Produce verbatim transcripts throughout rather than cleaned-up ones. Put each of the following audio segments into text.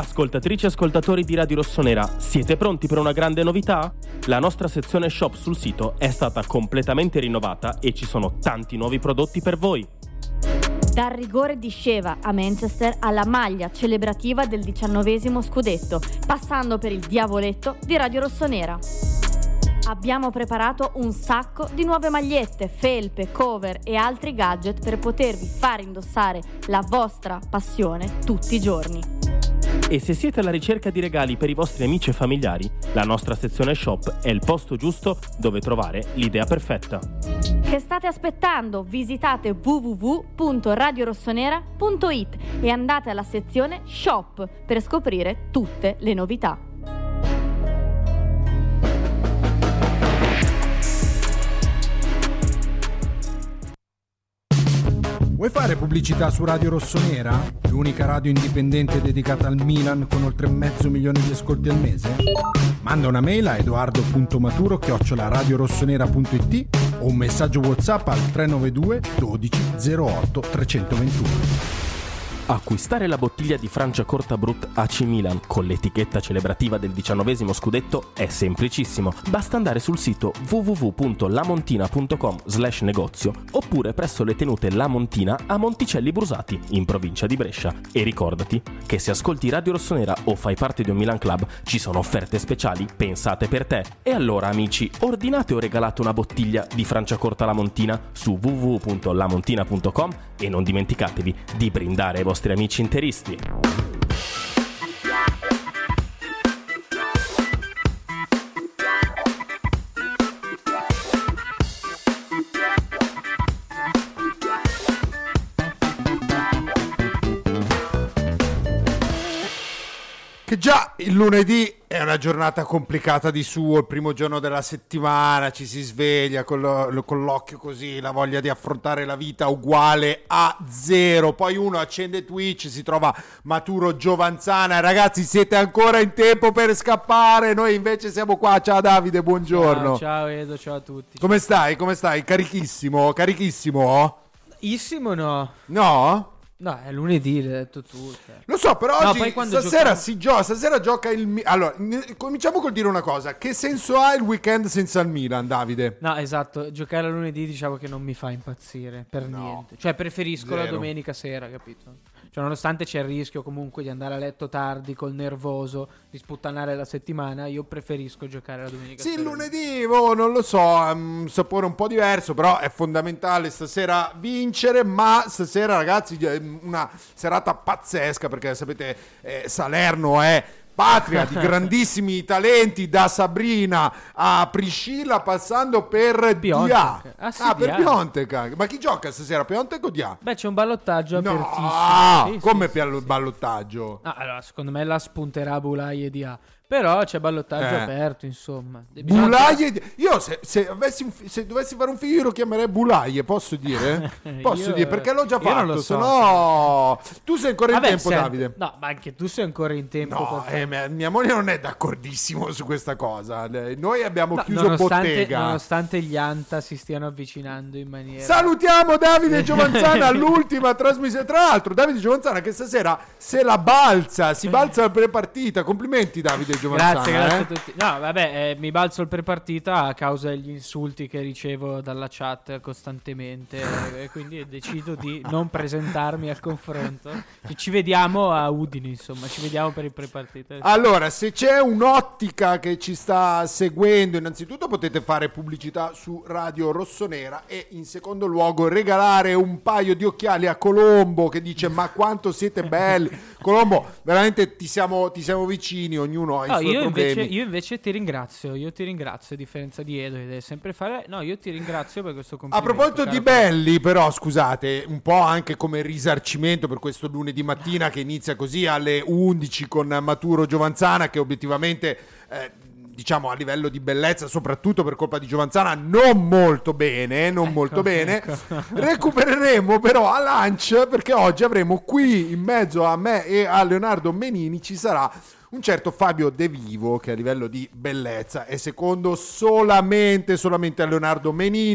Ascoltatrici e ascoltatori di Radio Rossonera, siete pronti per una grande novità? La nostra sezione shop sul sito è stata completamente rinnovata e ci sono tanti nuovi prodotti per voi. Dal rigore di Sheva a Manchester alla maglia celebrativa del diciannovesimo scudetto, passando per il diavoletto di Radio Rossonera. Abbiamo preparato un sacco di nuove magliette, felpe, cover e altri gadget per potervi far indossare la vostra passione tutti i giorni. E se siete alla ricerca di regali per i vostri amici e familiari, la nostra sezione shop è il posto giusto dove trovare l'idea perfetta. Che state aspettando? Visitate w w w punto radio rossonera punto i t e andate alla sezione shop per scoprire tutte le novità. Vuoi fare pubblicità su Radio Rossonera? L'unica radio indipendente dedicata al Milan con oltre mezzo milione di ascolti al mese? Manda una mail a edoardo punto maturo chiocciola radiorossonera punto i t o un messaggio WhatsApp al tre nove due dodici zero otto trecentoventuno. Acquistare la bottiglia di Franciacorta Brut A C Milan con l'etichetta celebrativa del diciannovesimo scudetto è semplicissimo. Basta andare sul sito w w w punto lamontina punto com slash negozio oppure presso le tenute La Montina a Monticelli Brusati, in provincia di Brescia. E ricordati che se ascolti Radio Rossonera o fai parte di un Milan Club ci sono offerte speciali pensate per te. E allora amici, ordinate o regalate una bottiglia di Franciacorta La Montina su w w w punto lamontina punto com e non dimenticatevi di brindare ai vostri amici interisti. Che già il lunedì è una giornata complicata di suo, il primo giorno della settimana, ci si sveglia con, lo, con l'occhio così, la voglia di affrontare la vita uguale a zero, poi uno accende Twitch, si trova Maturo Giovanzana, ragazzi siete ancora in tempo per scappare, noi invece siamo qua, ciao Davide, buongiorno. Ciao, ciao Edo, ciao a tutti. Come stai, come stai? Carichissimo, carichissimo? Issimo no. No? No, è lunedì, l'hai detto tu. Cioè. Lo so, però no, oggi poi quando stasera giochiamo... si gioca, stasera gioca il Mi- Allora, n- cominciamo col dire una cosa. Che senso ha il weekend senza il Milan, Davide? No, esatto, giocare a lunedì diciamo che non mi fa impazzire, per No. niente. Cioè preferisco Zero. la domenica sera, capito? Cioè nonostante c'è il rischio comunque di andare a letto tardi, col nervoso, di sputtanare la settimana, io preferisco giocare la domenica Sì, sera. il lunedì, oh, non lo so, ha un sapore un po' diverso, però è fondamentale stasera vincere, ma stasera ragazzi è una serata pazzesca perché sapete eh, Salerno è patria di grandissimi talenti, da Sabrina a Priscilla passando per Piontek. Dia. Ah, sì, ah per Dia. Piontek. Ma chi gioca stasera, Piontek o Dia? Beh, c'è un ballottaggio apertissimo. No, Sì, come sì, per sì, il sì. ballottaggio? Ah, allora, secondo me la spunterà Bulai e Dia. Però c'è ballottaggio Eh. aperto, insomma. Bisogna- Bulaie, io se, se, avessi un fi- se dovessi fare un figlio io lo chiamerei Bulaie, posso dire? Posso Io- dire perché l'ho già io non fatto, lo se so. no tu sei ancora in Vabbè, tempo, senti, Davide. No, ma anche tu sei ancora in tempo. No, per fare- eh, mia, mia moglie non è d'accordissimo su questa cosa. Le- Noi abbiamo No, chiuso nonostante, bottega. nonostante gli Anta si stiano avvicinando in maniera... Salutiamo Davide Giovanzana all'ultima trasmissione. Tra l'altro, Davide Giovanzana che stasera se la balza, si balza la prepartita. Complimenti, Davide Giovanzana. Grazie, grazie eh. a tutti. No, vabbè, eh, mi balzo il prepartita a causa degli insulti che ricevo dalla chat costantemente eh, e quindi decido di non presentarmi al confronto. Ci- Ci vediamo a Udine, insomma, ci vediamo per il prepartita. Allora, se c'è un'ottica che ci sta seguendo, innanzitutto potete fare pubblicità su Radio Rossonera e in secondo luogo regalare un paio di occhiali a Colombo che dice ma quanto siete belli. Colombo, veramente ti siamo, ti siamo vicini, ognuno ha i No, suoi io problemi. invece, io invece ti ringrazio, io ti ringrazio a differenza di Edo che deve sempre fare... No, io ti ringrazio per questo A complimento. proposito di caro. belli, però, scusate, un po' anche come risarcimento per questo lunedì mattina che inizia così alle undici con Maturo Giovanzana, che obiettivamente, eh, diciamo, a livello di bellezza, soprattutto per colpa di Giovanzana, non molto bene, non Ecco, molto bene. ecco. Recupereremo però a lunch, perché oggi avremo qui in mezzo a me e a Leonardo Menini ci sarà un certo Fabio De Vivo che a livello di bellezza è secondo solamente solamente a Leonardo Menini.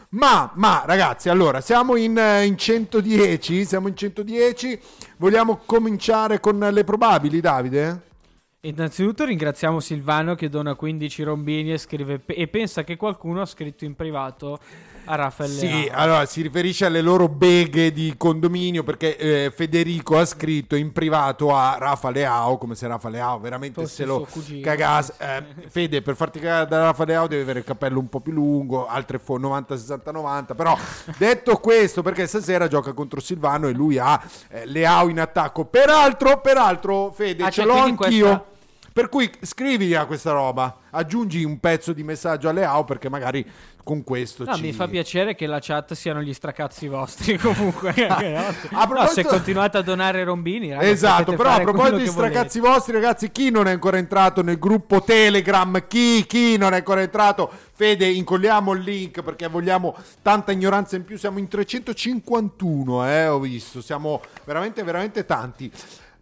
Ma, ma ragazzi, allora siamo in, in centodieci, siamo in centodieci, vogliamo cominciare con le probabili, Davide? Innanzitutto ringraziamo Silvano che dona quindici rombini e scrive e pensa che qualcuno ha scritto in privato a Raffaele. Sì, Leao. allora si riferisce alle loro beghe di condominio, perché eh, Federico ha scritto in privato a Rafa Leao, come se Rafa Leao veramente Fosse se lo suo cugino. cagasse. Eh, Fede, per farti cagare da Rafa Leao devi avere il capello un po' più lungo, altre fo- novanta sessanta novanta, però detto questo, perché stasera gioca contro Silvano e lui ha eh, Leao in attacco. Peraltro, peraltro Fede, Ah, ce cioè, l'ho quindi anch'io. questa- Per cui scrivi a questa roba, aggiungi un pezzo di messaggio a Leao, perché magari con questo No, ci... mi fa piacere che la chat siano gli stracazzi vostri comunque. A No, proposito- se continuate a donare rombini, raga, Esatto, potete però a fare proposito quello di che volete. stracazzi vostri, ragazzi, chi non è ancora entrato nel gruppo Telegram, chi, chi non è ancora entrato, Fede, incolliamo il link perché vogliamo tanta ignoranza in più, siamo in trecentocinquantuno, eh, ho visto, siamo veramente, veramente tanti.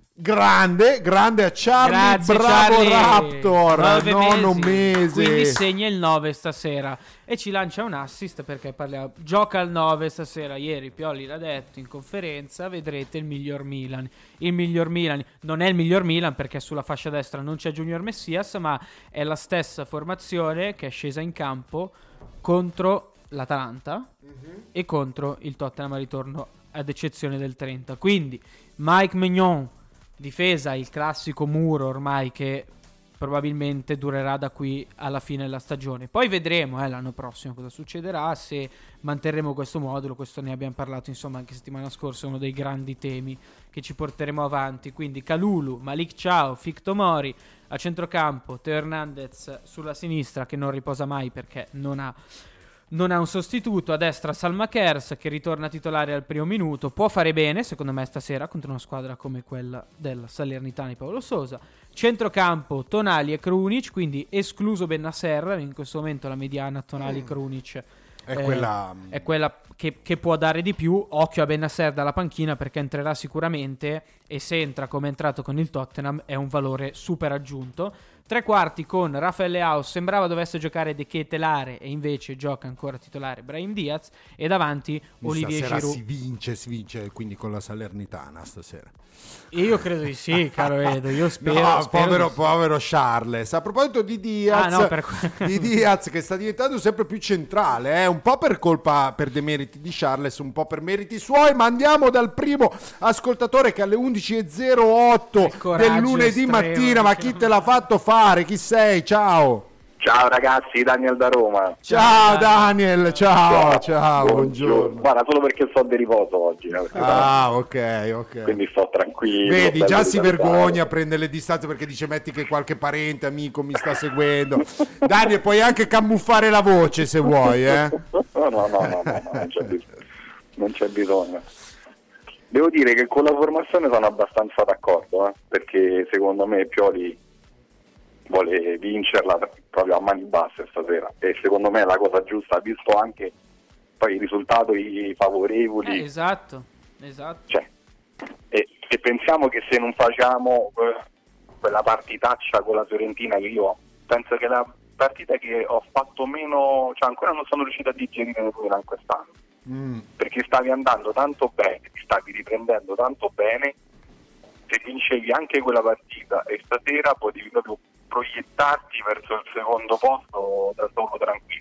Grande, grande a Charlie, Grazie, bravo Charlie. Raptor, Nove nono mesi. mese. Quindi segna il nove stasera e ci lancia un assist perché parliamo. Gioca al nove stasera. Ieri Pioli l'ha detto in conferenza, vedrete il miglior Milan. Il miglior Milan non è il miglior Milan perché sulla fascia destra non c'è Junior Messias, ma è la stessa formazione che è scesa in campo contro l'Atalanta uh-huh. e contro il Tottenham a ritorno, ad eccezione del trenta. Quindi Mike Maignan, difesa, il classico muro ormai che probabilmente durerà da qui alla fine della stagione. Poi vedremo eh, l'anno prossimo cosa succederà, se manterremo questo modulo. Questo ne abbiamo parlato insomma anche settimana scorsa, uno dei grandi temi che ci porteremo avanti. Quindi Kalulu, Malik Ciao, Fik Tomori a centrocampo, Teo Hernandez sulla sinistra che non riposa mai perché non ha Non ha un sostituto, a destra Salma Kers che ritorna titolare al primo minuto, può fare bene secondo me stasera contro una squadra come quella del Salernitana di Paolo Sosa. Centrocampo Tonali e Krunic, quindi escluso Bennacer, in questo momento la mediana Tonali-Krunic È eh, quella, è quella che, che può dare di più. Occhio a Bennacer dalla panchina perché entrerà sicuramente e se entra come è entrato con il Tottenham è un valore super aggiunto. Tre quarti con Raffaele Leao, sembrava dovesse giocare De Ketelare e invece gioca ancora titolare Brahim Diaz e davanti Olivier stasera Giroud. si vince, si vince quindi con la Salernitana stasera. Io credo di sì, caro Edo, io spero, No, spero povero, di sì. povero Charles. A proposito di Diaz, Ah, no, per que- di Diaz che sta diventando sempre più centrale, eh? Un po' per colpa, per demeriti di Charles, un po' per meriti suoi, ma andiamo dal primo ascoltatore che alle undici e zero otto Il coraggio del lunedì estremo, mattina, ma chi diciamo. te l'ha fatto fare? Chi sei? Ciao. Ciao ragazzi, Daniel da Roma. Ciao Daniel, ciao, ciao, buongiorno. Guarda, solo perché sto di riposo oggi. eh, perché Ah, ok, ok. Quindi sto tranquillo. Vedi, già bello si rilassato. vergogna a prendere le distanze perché dice metti che qualche parente, amico mi sta seguendo. Daniel, puoi anche camuffare la voce se vuoi, eh? No, no, no, no, no, no, non c'è bisogno. Non c'è bisogno. Devo dire che con la formazione sono abbastanza d'accordo, eh, perché secondo me Pioli vuole vincerla proprio a mani basse stasera e secondo me è la cosa giusta, visto anche poi i risultati favorevoli. Eh, esatto, esatto. Cioè, e, e pensiamo che se non facciamo eh, quella partitaccia con la Fiorentina, che io penso che la partita che ho fatto meno, cioè ancora non sono riuscito a digerire nel Milan quest'anno, Mm. perché stavi andando tanto bene, ti stavi riprendendo tanto bene, se vincevi anche quella partita e stasera potevi proprio proiettarti verso il secondo posto da solo tranquillo.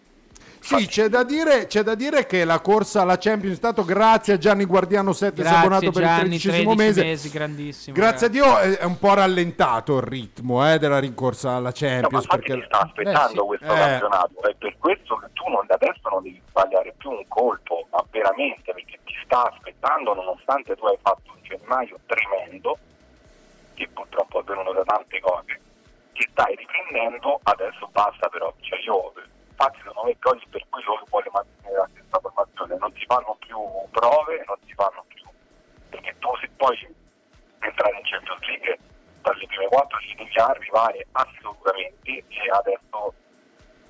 Sì, c'è da dire, c'è da dire che la corsa alla Champions è stato grazie a Gianni Guardiano sette, Grazie abbonato per il Gianni, tredicesimo tredici mese. mesi, grandissimo. Grazie a Dio è è un po' rallentato il ritmo eh, della rincorsa alla No, ma Champions. infatti perché... ti sta aspettando Beh, sì. questo Eh. campionato, è per questo che tu non da adesso non devi sbagliare più un colpo, ma veramente, perché ti sta aspettando nonostante tu hai fatto un gennaio tremendo, che purtroppo è venuto da tante cose, che stai riprendendo, adesso basta però, cioè io, infatti secondo me Pioli per quello vuole mantenere la stessa formazione, non si fanno più prove, non si fanno più, perché tu se poi entrare in Champions League dalle prime quattro ci devi arrivare assolutamente, e adesso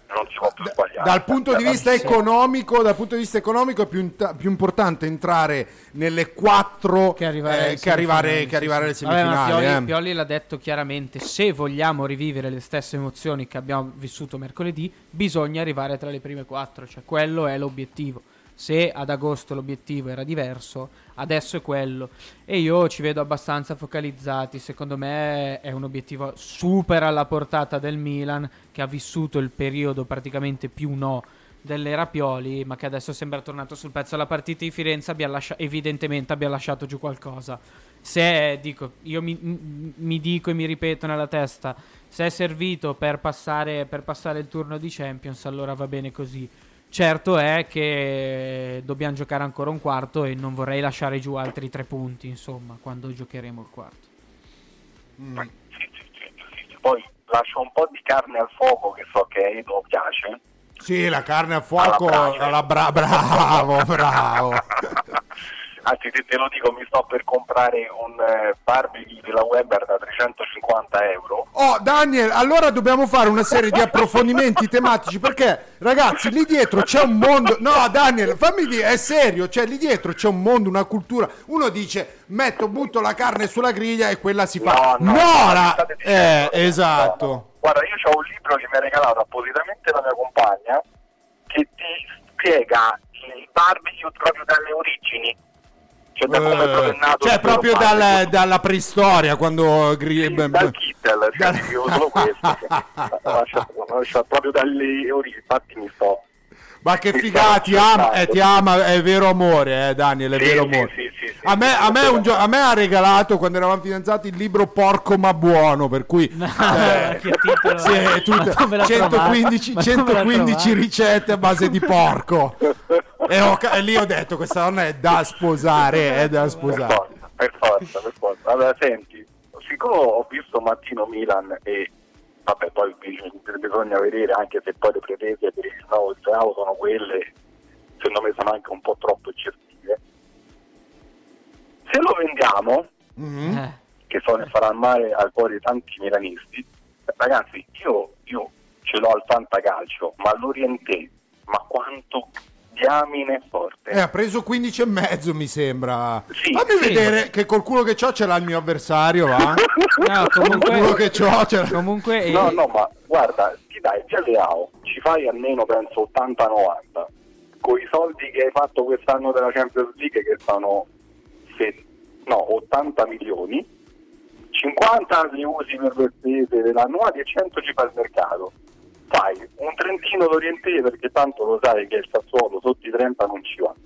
non si può più sbagliare. Dal punto di vista economico, dal punto di vista economico è più, in- più importante entrare nelle quattro che arrivare, eh, che arrivare, che arrivare alle semifinali. Vabbè, Pioli, eh. Pioli l'ha detto chiaramente: se vogliamo rivivere le stesse emozioni che abbiamo vissuto mercoledì, bisogna arrivare tra le prime quattro, cioè quello è l'obiettivo. Se ad agosto l'obiettivo era diverso, adesso è quello. E io ci vedo abbastanza focalizzati. Secondo me è un obiettivo super alla portata del Milan, che ha vissuto il periodo praticamente più no dell'era Pioli, ma che adesso sembra tornato sul pezzo. La partita di Firenze abbia lascia- evidentemente abbia lasciato giù qualcosa. Se, dico, io mi, mi dico e mi ripeto nella testa, se è servito per passare, per passare il turno di Champions, allora va bene così. Certo è che dobbiamo giocare ancora un quarto e non vorrei lasciare giù altri tre punti, insomma, quando giocheremo il quarto. Mm. Sì, sì, sì, sì. Poi lascio un po' di carne al fuoco, che so che a Edo piace. Sì, la carne a fuoco alla alla bra- bravo, bravo. Anzi, se te lo dico, mi sto per comprare un eh, barbecue della Weber da trecentocinquanta euro. Oh, Daniel, allora dobbiamo fare una serie di approfondimenti tematici, perché ragazzi, lì dietro c'è un mondo. No, Daniel, fammi dire, è serio, cioè lì dietro c'è un mondo, una cultura. Uno dice metto, butto la carne sulla griglia e quella si fa. No, no, no la... la... eh, esatto. No, no. Guarda, io ho un libro che mi ha regalato appositamente la mia compagna, che ti spiega il barbecue proprio dalle origini. Cioè, da come è proprio nato, cioè proprio dal, dalla preistoria, quando sì, dal Kittel, cioè, da... io solo questo, cioè, proprio dalle origini. Infatti mi sto ma che figa, ti ama, eh, ti ama, è vero amore, eh, Daniel, è sì, vero sì, amore. Sì, sì, sì, a, me, sì, a, me sì, un gio- a me ha regalato, quando eravamo fidanzati, il libro Porco ma buono, per cui No, eh, che titolo, sì, è tutto, centoquindici, centoquindici ricette a base di porco. E, ho, e lì ho detto, questa donna è da sposare, è da sposare. Per forza, per forza, per forza. Allora, senti, siccome ho visto Mattino Milan e vabbè, poi bisogna vedere, anche se poi le pretese per il nuovo Leao sono quelle, secondo me sono anche un po' troppo eccessive. Se lo vendiamo, Mm-hmm. Eh. che so ne farà male al cuore di tanti milanisti, ragazzi, io, io ce l'ho al fantacalcio, ma l'Orienté, ma quanto diamine è forte. Eh, ha preso quindici e mezzo, mi sembra. Sì, Fammi sì. vedere che col culo che c'ho ce l'ha il mio avversario, va? No, comunque, Quello che c'ho, ce l'ha. comunque eh, No, no, ma guarda, ti dai già Leao, ci fai almeno penso ottanta novanta, con i soldi che hai fatto quest'anno della Champions League, che sono se, no, ottanta milioni, cinquanta li usi per le spese dell'annuale e cento ci fa il mercato. Fai un trentino d'Orienté, perché tanto lo sai che il Sassuolo sotto i trenta non ci va.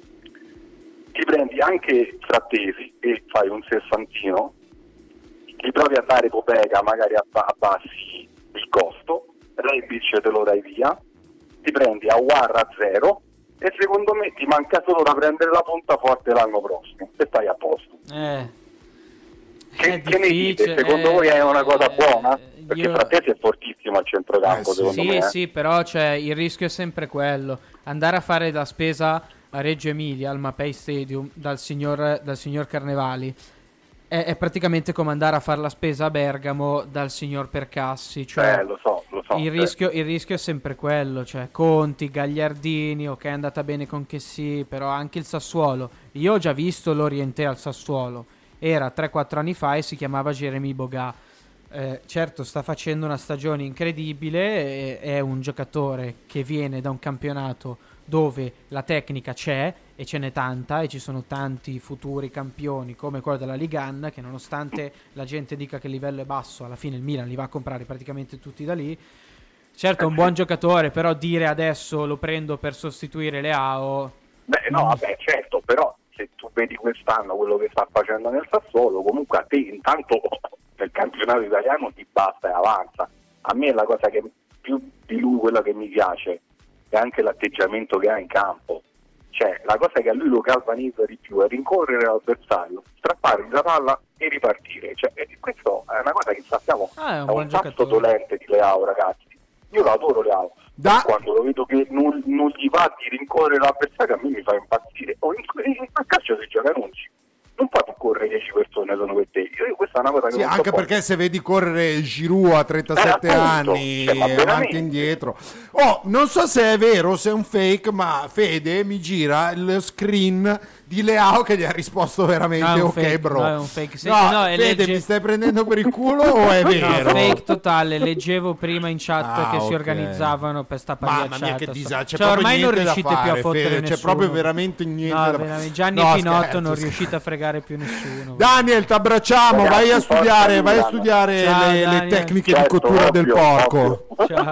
Ti prendi anche Frattesi e fai un sessantino, ti provi a dare Popega magari a, a bassi il costo, Rebic te lo dai via, ti prendi Aouar a zero e secondo me ti manca solo da prendere la punta forte l'anno prossimo e stai a posto. eh, Che, è che ne dite? difficile, Secondo eh, voi è una cosa eh, buona? Perché io- Frattesi è fortissimo al centrocampo, Eh, sì. secondo Sì, me. eh. sì, però cioè, il rischio è sempre quello. Andare a fare la spesa a Reggio Emilia, al Mapei Stadium, dal signor, dal signor Carnevali, è, è praticamente come andare a fare la spesa a Bergamo dal signor Percassi. Cioè, Eh, lo so, lo so. il, eh. rischio, il rischio è sempre quello. Cioè, Conti, Gagliardini, ok, è andata bene con che sì, però anche il Sassuolo. Io ho già visto l'Orienté al Sassuolo. Era tre quattro anni fa e si chiamava Jeremy Boga. Eh, certo, sta facendo una stagione incredibile, è, è un giocatore che viene da un campionato dove la tecnica c'è e ce n'è tanta e ci sono tanti futuri campioni come quello della Ligan, che nonostante la gente dica che il livello è basso, alla fine il Milan li va a comprare praticamente tutti da lì. Certo è un buon giocatore, però dire adesso lo prendo per sostituire Leao, Beh, no, vabbè, certo, però se tu vedi quest'anno quello che sta facendo nel Sassuolo, comunque a te intanto nel campionato italiano ti basta e avanza. A me la cosa che più di lui, quella che mi piace, è anche l'atteggiamento che ha in campo. Cioè, la cosa che a lui lo galvanizza di più è rincorrere l'avversario, strappargli la palla e ripartire. Cioè, e questo è una cosa che sappiamo, Ah, è un è buon un tasto giocatore. dolente di Leao, ragazzi. Io lo adoro Leao. Da- Quando lo vedo che non, non gli va di rincorrere l'avversario, a me mi fa impazzire. O in, in, a calcio si gioca, non ci non puoi correre le dieci persone sono per te. Io, questa è una cosa che sì, non anche sopporto. perché se vedi correre Giroud a trentasette Eh, appunto, anni, cioè, ma avanti e veramente. indietro. Oh, non so se è vero o se è un fake, ma Fede mi gira lo screen di Leao che gli ha risposto veramente No, è un ok fake, bro. no, è un fake. Senti, No, no, è Fede legge- mi stai prendendo per il culo o è No, vero? fake totale. Leggevo prima in chat Ah, che ok. si organizzavano per sta pagliacciata. Mamma mia che disagio, c'è Cioè, proprio ormai non niente da riuscite più a fare, fottere Fede, nessuno. c'è proprio veramente niente No, da fare. veramente. Gianni No, e Pinotto scherzo, non scherzo. riuscite a fregare più nessuno. Daniel, ti abbracciamo, Ragazzi, vai a forza studiare, vai a Milano. studiare Ciao, le, le Daniel. tecniche Certo, di cottura del ovvio, porco. ovvio. Ciao.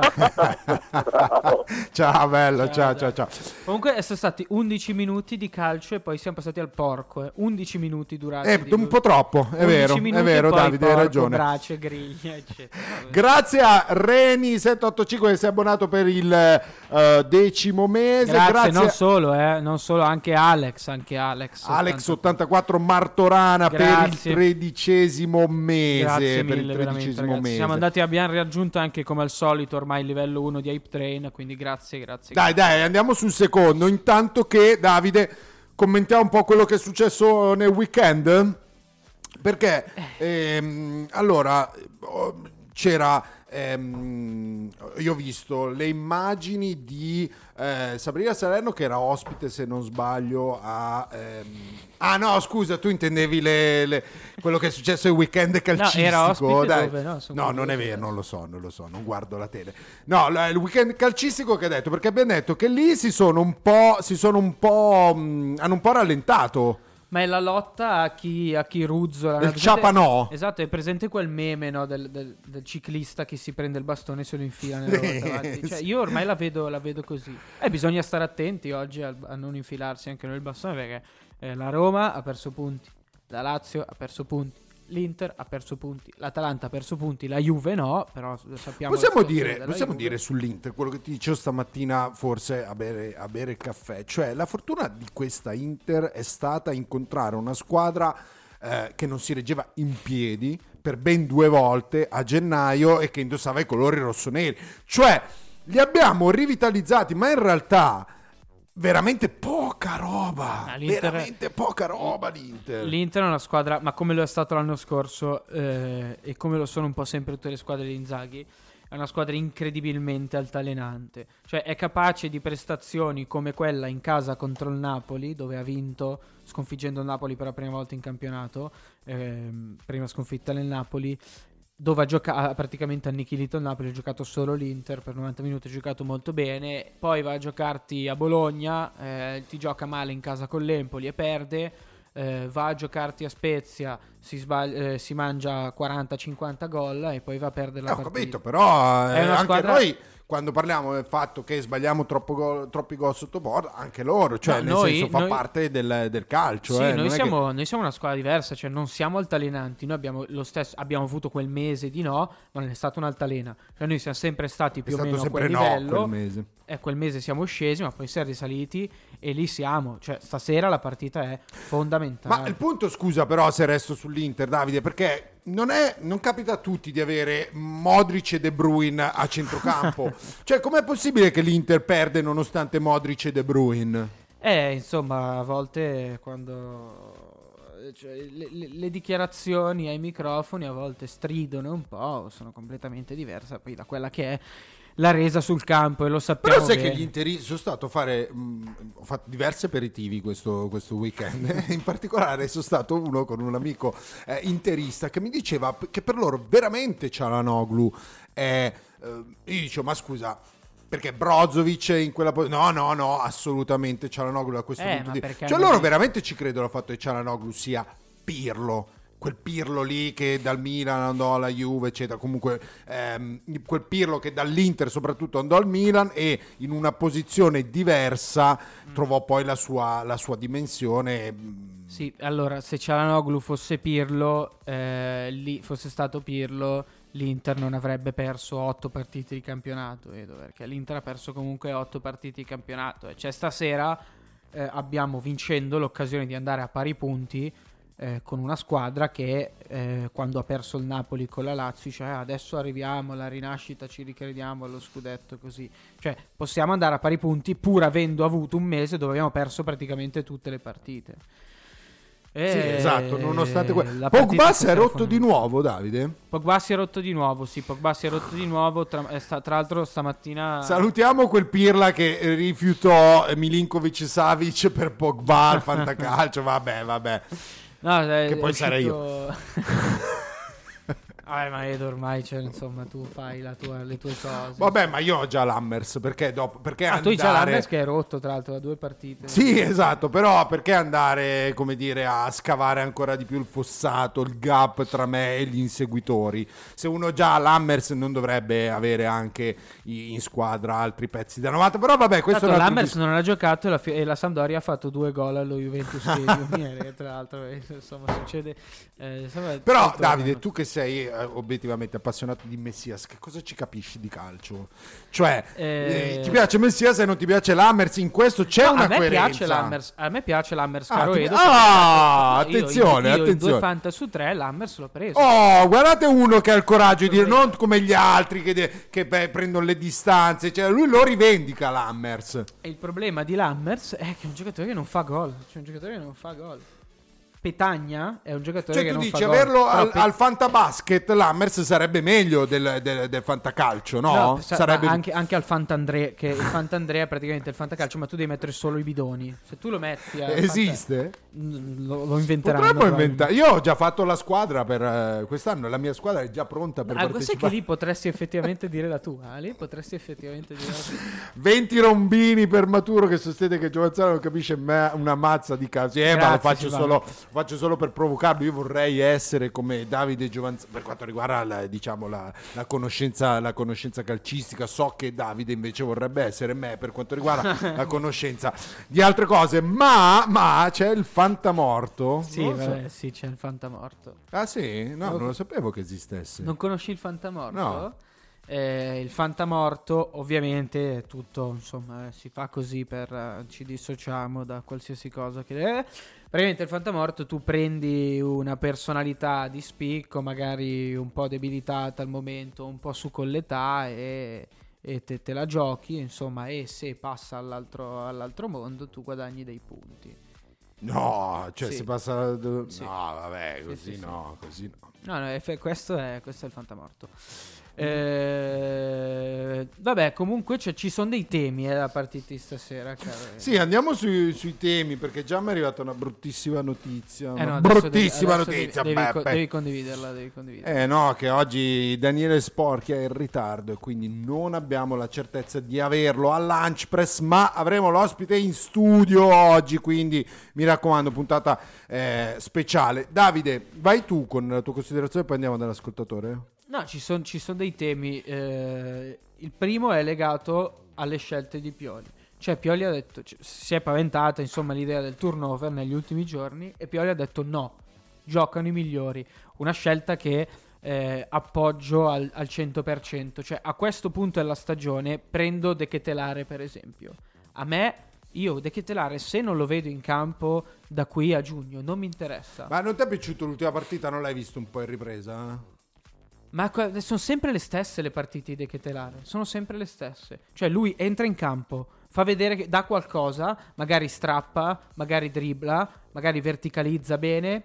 Bravo. Ciao, bello, ciao, Ciao, ciao, ciao. Comunque sono stati undici minuti di calcio e poi siamo passati al porco. Eh. undici minuti durati. È di- un po' troppo, è undici vero, minuti è vero, e poi Davide, hai porco, ragione. Braccia, griglia, eccetera. Vabbè. Grazie a Reni sette otto cinque che si è abbonato per il eh, decimo mese. Grazie, Grazie, non a solo, eh, non solo, anche Alex, anche Alex. Alex ottantaquattro Martorana per il Grazie. tredicesimo mese. Grazie per il mille, veramente, tredicesimo ragazzi. mese. Siamo andati, abbiamo raggiunto anche come al solito ormai il livello uno di Hype Train, quindi grazie, grazie. Dai, dai, andiamo sul secondo. Intanto che Davide commentiamo un po' quello che è successo nel weekend. Perché ehm, allora oh, c'era ehm, io ho visto le immagini di eh, Sabrina Salerno che era ospite, se non sbaglio, a ehm, ah no, scusa, tu intendevi le, le- quello che è successo il weekend calcistico. era ospite dai. dove? No, sono No, non è curioso vero, adesso. non lo so, non lo so, non guardo la tele. No, la- il weekend calcistico che ha detto, perché abbiamo detto che lì si sono un po', si sono un po', mh, hanno un po' rallentato. Ma è la lotta a chi, a chi ruzzola. Del no? Presente- ciapanò. Esatto, è presente quel meme, no, del, del- del ciclista che si prende il bastone e se lo infila nella Sì, ruota avanti. Cioè, sì. io ormai la vedo, la vedo così. E bisogna stare attenti oggi a, a non infilarsi anche noi il bastone, perché eh, la Roma ha perso punti, la Lazio ha perso punti, l'Inter ha perso punti, l'Atalanta ha perso punti, la Juve no, però sappiamo... Possiamo la situazione dire, della possiamo Juve. dire sull'Inter quello che ti dicevo stamattina, forse a bere, a bere il caffè. Cioè, la fortuna di questa Inter è stata incontrare una squadra eh, che non si reggeva in piedi per ben due volte a gennaio e che indossava i colori rossoneri. Cioè, li abbiamo rivitalizzati, ma in realtà veramente poca roba. Ah, l'Inter- veramente poca roba l'Inter. L'Inter è una squadra, ma come lo è stato l'anno scorso eh, e come lo sono un po' sempre tutte le squadre di Inzaghi, è una squadra incredibilmente altalenante. Cioè è capace di prestazioni come quella in casa contro il Napoli, dove ha vinto sconfiggendo il Napoli per la prima volta in campionato, ehm, prima sconfitta nel Napoli, dove ha, gioca- ha praticamente annichilito il Napoli, ha giocato solo l'Inter per novanta minuti, ha giocato molto bene, poi va a giocarti a Bologna, eh, ti gioca male in casa con l'Empoli e perde, eh, va a giocarti a Spezia, si, sbaglia, eh, si mangia quaranta cinquanta gol e poi va a perdere la Eh, ho partita. capito, però eh, È una anche squadra- noi quando parliamo del fatto che sbagliamo troppo gol- troppi gol sotto porta, anche loro, cioè No, nel noi- senso fa noi- parte del, del calcio. Sì, eh, noi, non è siamo, noi siamo una squadra diversa, cioè non siamo altalenanti, noi abbiamo lo stesso, abbiamo avuto quel mese di no, ma non è stata un'altalena, cioè noi siamo sempre stati che più è o stato meno a sempre quel no livello, quel mese. e quel mese siamo scesi, ma poi siamo risaliti e lì siamo, cioè stasera la partita è fondamentale. Ma il punto, scusa, però, se resto sull'Inter, Davide, perché non, è, non capita a tutti di avere Modric e De Bruyne a centrocampo. Cioè, com'è possibile che l'Inter perde nonostante Modric e De Bruyne? Eh, insomma, a volte quando cioè, le, le- le dichiarazioni ai microfoni a volte stridono un po', sono completamente diverse poi da quella che è la resa sul campo, e lo sappiamo Però sai bene. che gli interisti sono stato a fare mh, ho fatto diversi aperitivi questo, questo weekend in particolare sono stato uno con un amico eh, interista che mi diceva p- che per loro veramente Çalhanoğlu è eh, io dicevo ma scusa perché Brozovic in quella po- no no no assolutamente Çalhanoğlu a questo Eh, punto ma di perché cioè non loro è- veramente ci credono al fatto che Çalhanoğlu sia Pirlo, quel Pirlo lì che dal Milan andò alla Juve eccetera, comunque ehm, quel Pirlo che dall'Inter soprattutto andò al Milan e in una posizione diversa Mm. trovò poi la sua, la sua dimensione. Sì, allora se Çalhanoğlu fosse Pirlo, eh, lì fosse stato Pirlo, l'Inter non avrebbe perso otto partite di campionato, vedo, perché l'Inter ha perso comunque otto partite di campionato, e cioè stasera eh, abbiamo, vincendo, l'occasione di andare a pari punti eh, con una squadra che eh, quando ha perso il Napoli con la Lazio dice "Ah, adesso arriviamo alla rinascita, ci ricrediamo allo scudetto", così, cioè possiamo andare a pari punti pur avendo avuto un mese dove abbiamo perso praticamente tutte le partite. E Sì, esatto, nonostante quello. la Pogba partita si è rotto stasera di fu- nuovo, Davide? Pogba si è rotto di nuovo, sì, Pogba si è rotto di nuovo, tra, è sta- tra l'altro stamattina... Salutiamo quel Pirla che rifiutò Milinkovic Savic per Pogba al fantacalcio. Vabbè, vabbè. No, è- Che poi è sarei uscito- Vabbè, ma Edo ormai, cioè, insomma, tu fai la tua, le tue cose. Vabbè, ma io ho già l'Hammers, perché dopo perché Ah, tu andare hai già l'Hammers che è rotto, tra l'altro, da due partite. Sì, esatto, però perché andare, come dire, a scavare ancora di più il fossato, il gap tra me e gli inseguitori? Se uno già ha l'Hammers non dovrebbe avere anche i- in squadra altri pezzi da novanta, però vabbè, questo Tanto è un altro l'Hammers dis- non ha giocato e la, fi- e la Sampdoria ha fatto due gol allo Juventus Stadium ieri, tra l'altro, eh, insomma, succede... eh, insomma, Però tanto- Davide, tu che sei eh, obiettivamente appassionato di Messias, che cosa ci capisci di calcio? Cioè, Eh, eh, ti piace Messias e non ti piace l'Hammers? In questo c'è No, una a me coerenza. piace l'Hammers, a me piace l'Hammers, Ah, caro ti- Edo. ah, perché io- attenzione, io, io in attenzione. due fanta su tre l'Hammers l'ho preso. Oh, guardate uno che ha il coraggio di dire non come gli altri che, de- che beh, prendono le distanze, cioè lui lo rivendica l'Hammers. E il problema di l'Hammers è che è un giocatore che non fa gol. Cioè un giocatore che non fa gol. Petagna è un giocatore Cioè che tu non dici fa gol. averlo Però al, Pe- al fantabasket l'Hammers sarebbe meglio del, del, del fantacalcio, no? No, sa- sarebbe ma anche, anche al Fantandrea, che il Fantandrea è praticamente il fantacalcio, ma tu devi mettere solo i bidoni. Se tu lo metti al esiste? Fanta- Mm, lo, lo inventeranno. Potremmo probabilmente. inventare. Io ho già fatto la squadra per eh, quest'anno, la mia squadra è già pronta per Ah, sai che partecipare. lì potresti effettivamente dire la tua. Lì potresti effettivamente dire la tua. venti rombini per Maturo che sostiene che Giovanzano non capisce me- una mazza di calcio. Eh, ma lo Grazie, faccio Silvano. solo, faccio solo per provocarlo. Io vorrei essere come Davide Giovanzano per quanto riguarda la, diciamo, la, la conoscenza, la conoscenza calcistica. So che Davide invece vorrebbe essere me per quanto riguarda la conoscenza di altre cose. Ma, ma c'è il fantamorto. Sì, Non lo so. vabbè, sì, c'è il fantamorto. Ah sì? No, No. non lo sapevo che esistesse. Non conosci il fantamorto? No. Eh, il fantamorto ovviamente è tutto, insomma, eh, si fa così per eh, ci dissociamo da qualsiasi cosa che eh. Praticamente il fantamorto tu prendi una personalità di spicco, magari un po' debilitata al momento, un po' su con l'età e, e te, te la giochi, insomma, e se passa all'altro, all'altro mondo tu guadagni dei punti. No, cioè Sì. si passa... No, Sì. vabbè, Sì, così sì, sì. no, così no. No, no, è fe- questo, è, questo è il fantamorto. Eh, vabbè, comunque cioè, ci sono dei temi eh, da partita di stasera. Caro. Sì, andiamo sui, sui temi perché già mi è arrivata una bruttissima notizia. Eh una no, adesso bruttissima devi- adesso notizia. Devi, devi, beh, co- beh. devi condividerla, devi condividerla. Eh no, che oggi Daniele Sporchi è in ritardo e quindi non abbiamo la certezza di averlo al lunch press, ma avremo l'ospite in studio oggi, quindi mi raccomando, puntata eh, speciale. Davide, vai tu con la tua considerazione e poi andiamo dall'ascoltatore. No, ci sono ci son dei temi. eh, il primo è legato alle scelte di Pioli. Cioè Pioli ha detto, cioè, si è paventata insomma l'idea del turnover negli ultimi giorni e Pioli ha detto no, giocano i migliori. Una scelta che eh, appoggio al, al cento per cento. Cioè a questo punto della stagione prendo De Ketelare per esempio. A me, io De Ketelare se non lo vedo in campo da qui a giugno non mi interessa. Ma non ti è piaciuto l'ultima partita? Non l'hai visto un po' in ripresa? Ma qua- sono sempre le stesse le partite di Ketelare, sono sempre le stesse. Cioè lui entra in campo, fa vedere che dà qualcosa, magari strappa, magari dribbla, magari verticalizza bene,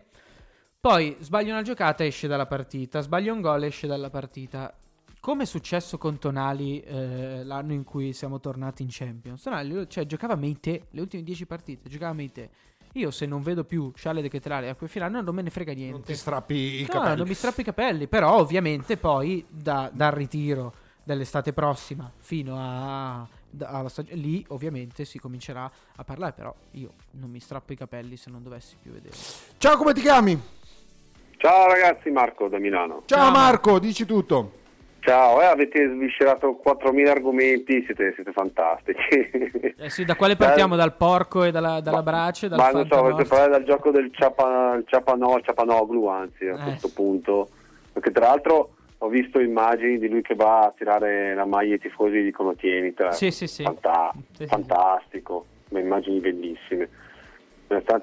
poi sbaglia una giocata e esce dalla partita, sbaglia un gol e esce dalla partita. Come è successo con Tonali eh, l'anno in cui siamo tornati in Champions. Tonali, cioè, giocava Meite, le ultime dieci partite, giocava Meite. Io se non vedo più Charles De Ketelare a quel finale non me ne frega niente. Non ti strappi i No, capelli? non mi strappo i capelli, però ovviamente poi da- dal ritiro dell'estate prossima fino a da- alla stag- lì ovviamente si comincerà a parlare, però io non mi strappo i capelli se non dovessi più vedere. Ciao, come ti chiami? Ciao ragazzi, Marco da Milano. Ciao, Ciao, Marco, dici tutto. Ciao, eh, avete sviscerato quattromila argomenti, siete, siete fantastici. Eh sì, da quale partiamo? Dal porco e dalla, dalla Ma- brace, dal Ma non so, fantamorto? volete parlare dal gioco del Ciapa, Ciapanò, Ciapanoglu, anzi, a Eh. questo punto. Perché tra l'altro ho visto immagini di lui che va a tirare la maglia ai tifosi e dicono tienitela. Sì, sì, sì. Fanta- Sì, sì, sì. fantastico, ma immagini bellissime. Nonostante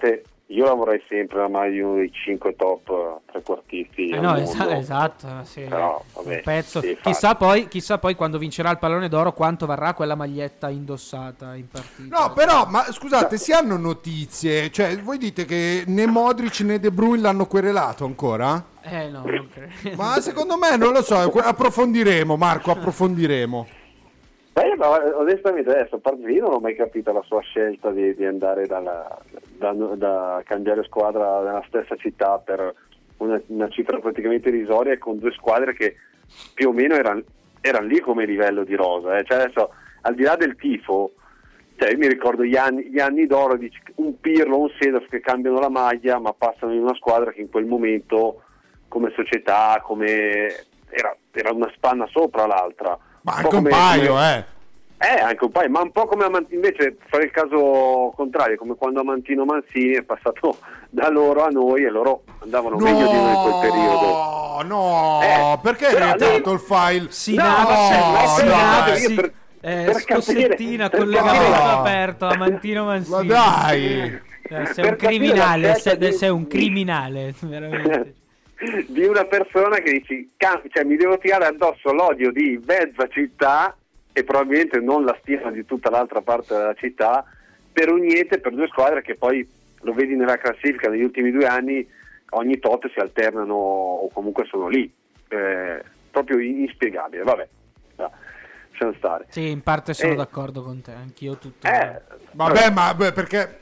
io la vorrei sempre la maglia di uno dei cinque top trequartisti. Eh al no, mondo. esa- esatto, sì. Però, vabbè, Un pezzo. sì, Chissà poi, chissà poi quando vincerà il pallone d'oro quanto varrà quella maglietta indossata in partita. No, però, ma scusate, si hanno notizie? Cioè, voi dite che né Modric né De Bruyne l'hanno querelato ancora? Eh no, non credo. Ma secondo me, non lo so, approfondiremo, Marco, approfondiremo. Beh, ma onestamente adesso, a parte io non ho mai capito la sua scelta di, di andare dalla, da, da cambiare squadra nella stessa città per una, una cifra praticamente irrisoria e con due squadre che più o meno erano eran lì come livello di rosa. Eh. Cioè adesso, al di là del tifo, cioè io mi ricordo gli anni, gli anni d'oro di un Pirlo, un Seedorf che cambiano la maglia ma passano in una squadra che in quel momento come società, come era, era una spanna sopra l'altra. Ma Un anche po' un come- paio, come- eh. Eh, anche un paio, ma un po' come Amant- invece fare il caso contrario, come quando Amantino Mancini è passato da loro a noi e loro andavano meglio di noi in quel periodo. No, Eh, perché hai però riaperto lì- il file? Sinapsi, No, no, sinapsi, io per- eh, per scossettina, capire- per collegamento capire- aperto, Amantino Mancini. Ma dai! Eh, sei per un capire criminale, la scelta sei, di- sei un criminale, veramente. di una persona che dici, "Cam- cioè, mi devo tirare addosso l'odio di mezza città e probabilmente non la stima di tutta l'altra parte della città per un niente, per due squadre che poi lo vedi nella classifica negli ultimi due anni ogni tot si alternano o comunque sono lì, eh, proprio inspiegabile. Vabbè, no, lasciamo stare. Sì, in parte sono Eh. d'accordo con te, anch'io tutto. Eh, Vabbè, ma beh, perché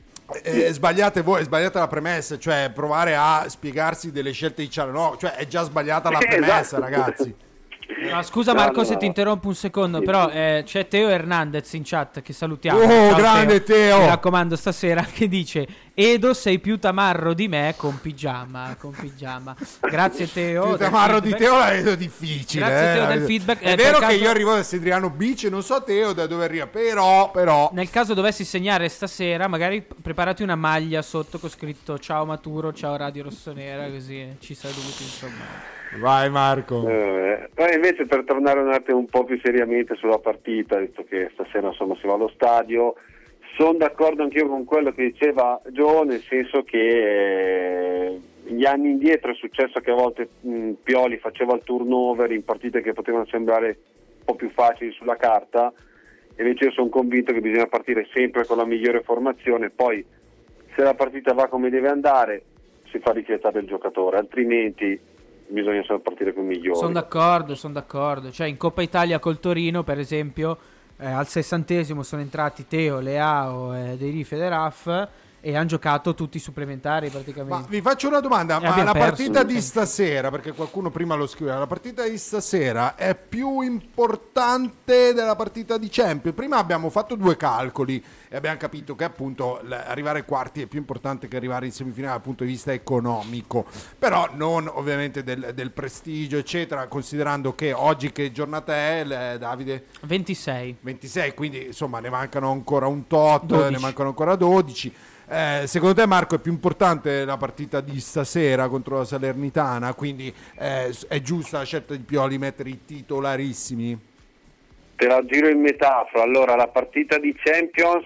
eh, sbagliate voi, sbagliate la premessa, cioè provare a spiegarsi delle scelte di Ciano, no, cioè è già sbagliata la Eh, premessa, esatto. ragazzi. Ah, scusa No, Marco no, se no. ti interrompo un secondo, Sì, però sì. eh, c'è Teo Hernandez in chat che salutiamo. Oh, Ciao, grande Teo. Mi raccomando stasera che dice Edo sei più tamarro di me con pigiama, con pigiama. Grazie Teo. Il del tamarro di feedback. Teo la vedo difficile. Grazie, eh. Teo, del feedback. È Eh, vero per che caso- io arrivo da Sedriano Beach e non so Teo da dove arriva, però, però... Nel caso dovessi segnare stasera, magari preparati una maglia sotto con scritto ciao Maturo, ciao Radio Rossonera, così eh, ci saluti, insomma. Vai Marco. Eh, poi invece per tornare un attimo un po' più seriamente sulla partita, visto che stasera insomma si va allo stadio, sono d'accordo anch'io con quello che diceva Gio, nel senso che eh, gli anni indietro è successo che a volte mh, Pioli faceva il turnover in partite che potevano sembrare un po' più facili sulla carta, e invece io sono convinto che bisogna partire sempre con la migliore formazione, poi se la partita va come deve andare si fa richiestare il giocatore, altrimenti bisogna sempre partire con i migliori. Sono d'accordo, sono d'accordo. Cioè in Coppa Italia col Torino, per esempio, eh, al sessantesimo sono entrati Teo, Leao e Deri Federaf e hanno giocato tutti i supplementari praticamente. Ma vi faccio una domanda, E ma abbiamo la perso, partita di sì. stasera, perché qualcuno prima lo scriveva, la partita di stasera è più importante della partita di Champions? Prima abbiamo fatto due calcoli e abbiamo capito che appunto l- arrivare ai quarti è più importante che arrivare in semifinale dal punto di vista economico, però non ovviamente del, del prestigio eccetera, considerando che oggi che giornata è, l- Davide? ventisei. ventisei, quindi insomma ne mancano ancora un tot, dodici. ne mancano ancora dodici. Eh, secondo te Marco è più importante la partita di stasera contro la Salernitana, quindi eh, è giusta la scelta di Pioli mettere i titolarissimi? Te la giro in metafora. Allora, la partita di Champions,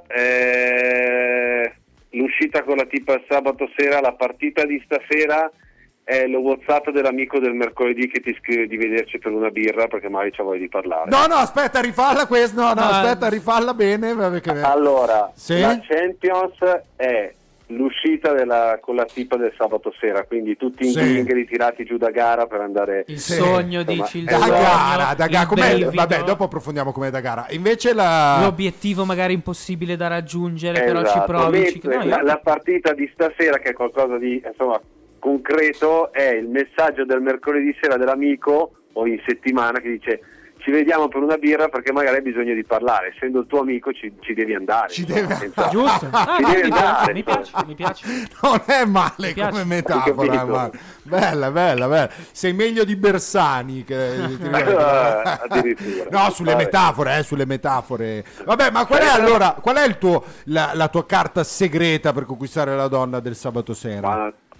eh, l'uscita con la tipa il sabato sera, la partita di stasera è lo WhatsApp dell'amico del mercoledì che ti scrive di vederci per una birra perché magari c'ha voglia di parlare. No, no, aspetta, rifalla questo, no, no, No, aspetta, rifalla bene, perché... Allora, Sì? la Champions è l'uscita della, con la tipa del sabato sera, quindi tutti in Sì. zingari tirati giù da gara per andare... Il Sì. sogno, Insomma, dici, il da Da sogno, gara, da gara, il com'è? brivido, Vabbè, dopo approfondiamo com'è da gara. Invece la... l'obiettivo magari impossibile da raggiungere, però ci Esatto, provi. ci- mentre no, io- la, la partita di stasera, che è qualcosa di insomma concreto, è il messaggio del mercoledì sera dell'amico o in settimana che dice ci vediamo per una birra perché magari hai bisogno di parlare, essendo il tuo amico ci, ci devi andare, Ci insomma, deve- senza- Giusto? Ah, Ci no, devi mi, piace, andare, mi insomma. piace, mi piace. Non è male Mi piace. come metafora, Hai capito? ma... bella, bella, bella. Sei meglio di Bersani che... ti ricordi? Addirittura. No, sulle Vabbè. metafore, eh, sulle metafore. Vabbè, ma qual è allora, qual è il tuo, la, la tua carta segreta per conquistare la donna del sabato sera? Ma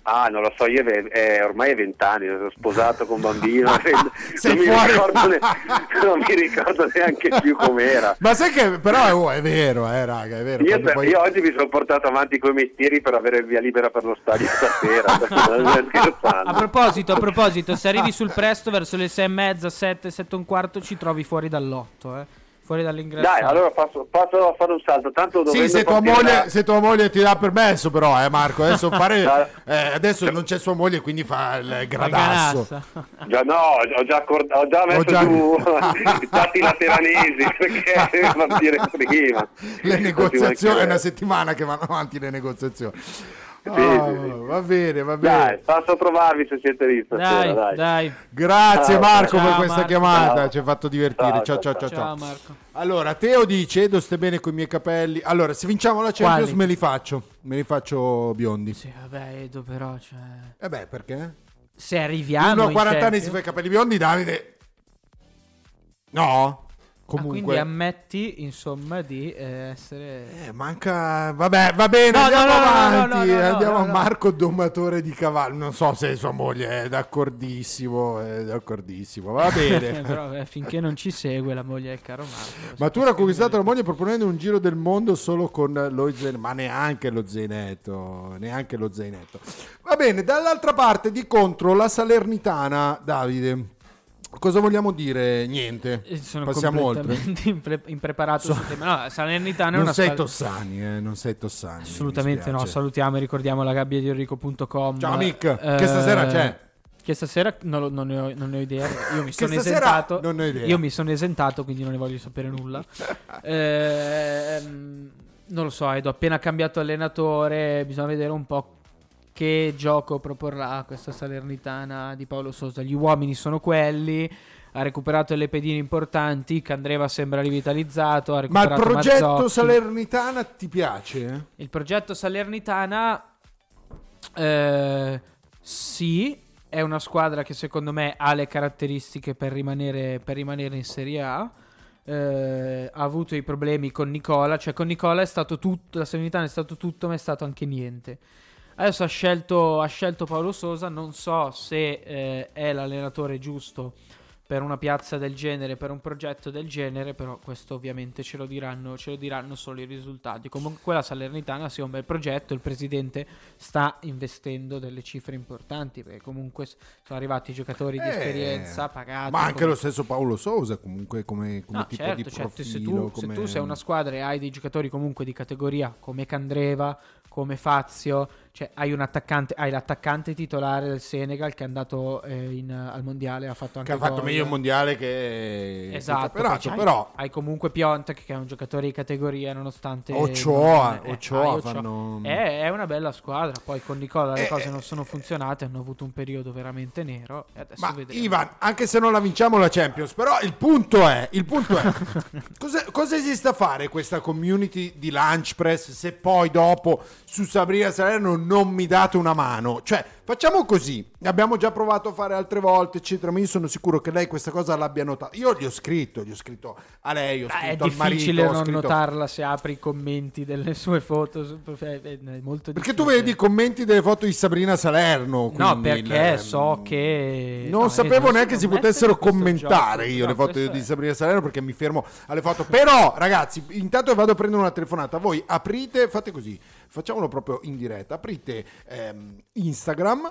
Ah, non lo so, io è, è ormai è vent'anni, sono sposato con bambino, non, Sei mi fuori. ricordo ne- non mi ricordo neanche più com'era. Ma sai che però è, oh, è vero, eh, raga, è vero. Io, quando poi- io oggi mi sono portato avanti coi mestieri per avere il via libera per lo stadio stasera. Non sto scherzando. A proposito, a proposito, se arrivi sul presto verso le sei e mezza, sette, sette e un quarto, ci trovi fuori dall'otto, eh. Fuori dall'ingresso. Dai, allora passo, passo a fare un salto. Tanto Sì, se tua, partire moglie, da- se tua moglie ti dà permesso, però, eh, Marco. Adesso, fare, No. eh, adesso non c'è sua moglie, quindi fa il La gradasso. ganassa. Già no, ho già, accord- ho già messo Ho già- giù i tatti lateranesi perché devo dire prima. Le negoziazioni, è una Sì, settimana che vanno avanti le negoziazioni. sì, Ah, sì. Va bene, va bene. Dai, passo a trovarvi se siete lì stasera, Dai, dai. dai. Grazie Ciao, Marco per ciao, questa Marco. chiamata, Ciao. ci ha fatto divertire. Ciao Ciao, ciao ciao ciao, ciao. Ciao Marco. Allora, Teo dice: "Edo, stai bene con i miei capelli?" Allora, se vinciamo la Champions Quali? me li faccio. Me li faccio biondi. Sì, vabbè, Edo, però, cioè... E beh, perché? Se arriviamo Uno a in quaranta anni Champions- si fa i capelli biondi, Davide. No? Ah, quindi Comunque ammetti, insomma, di eh, essere... Eh, manca. Vabbè, va bene, No, andiamo no, no, no, avanti. no, no, no, andiamo no, a no. Marco domatore di cavallo. Non so se sua moglie è d'accordissimo. È d'accordissimo. Va bene. Però eh, finché non ci segue la moglie del caro Marco. Ma tu hai conquistato la moglie proponendo un giro del mondo solo con lo zainetto. Ma neanche lo zainetto. Neanche lo zainetto. Va bene, dall'altra parte di contro la Salernitana, Davide. Cosa vogliamo dire? Niente. Eh, Sono Passiamo oltre. completamente impre- impreparato sul tema. No, Salernitana è Non una sei squadra- Tossani, eh, non sei Tossani. mi Assolutamente no, dispiace. salutiamo e ricordiamo la gabbia di Enrico punto com. Ciao, Mick. Eh, Che stasera c'è? Che stasera non, lo- non ne ho, non ne ho idea. Io mi Che sono stasera esentato. non ne ho idea. Io mi sono esentato, quindi non ne voglio sapere nulla. Ehm, non lo so, Edo, appena cambiato allenatore, bisogna vedere un po' che gioco proporrà questa Salernitana di Paolo Sousa. Gli uomini sono quelli. Ha recuperato le pedine importanti. Candreva sembra rivitalizzato. Ha Ma il recuperato progetto Mazzocchi. Salernitana ti piace? Il progetto Salernitana, eh, sì, è una squadra che secondo me ha le caratteristiche per rimanere, per rimanere in Serie A. Eh, ha avuto i problemi con Nicola, cioè con Nicola è stato tutto, la Salernitana è stato tutto, ma è stato anche niente. Adesso ha scelto, ha scelto Paolo Sousa, non so se eh, è l'allenatore giusto per una piazza del genere, per un progetto del genere, però questo ovviamente ce lo diranno, ce lo diranno solo i risultati. Comunque la Salernitana sia un bel progetto, il presidente sta investendo delle cifre importanti, perché comunque s- sono arrivati giocatori di Eh, esperienza pagati. Ma anche come- lo stesso Paolo Sousa comunque come, come No, tipo certo, di certo, profilo. se, tu, se come- tu sei una squadra e hai dei giocatori comunque di categoria come Candreva, come Fazio, cioè hai un attaccante, hai l'attaccante titolare del Senegal che è andato eh, in- al mondiale, ha fatto anche che ha fatto gol. meglio il mondiale che Esatto, che operato, poi c'hai- però hai comunque Piontek che è un giocatore di categoria nonostante Ochoa, eh, Ochoa hai fanno- è, è una bella squadra. Poi con Nicola le Eh, cose non sono funzionate, hanno avuto un periodo veramente nero e adesso ma vedremo. Ivan, anche se non la vinciamo la Champions, però il punto è, il punto è cosa, cosa esiste a fare questa community di Lunch Press se poi dopo su Sabrina Salerno non mi date una mano? Cioè, facciamo così, abbiamo già provato a fare altre volte, eccetera, ma io sono sicuro che lei questa cosa l'abbia notata. Io gli ho scritto, gli ho scritto a lei, ho Ah, è scritto al marito, difficile ho non scritto... notarla se apri i commenti delle sue foto. su- è- è molto Perché tu difficile. vedi i commenti delle foto di Sabrina Salerno. No, quindi perché il- so che Non no, sapevo eh, neanche si non potessero mettere questo commentare gioco, io no, le foto questo di è- Sabrina Salerno perché mi fermo alle foto. Però, ragazzi, intanto che vado a prendere una telefonata, voi aprite, fate così, facciamolo proprio in diretta. Aprite ehm, Instagram.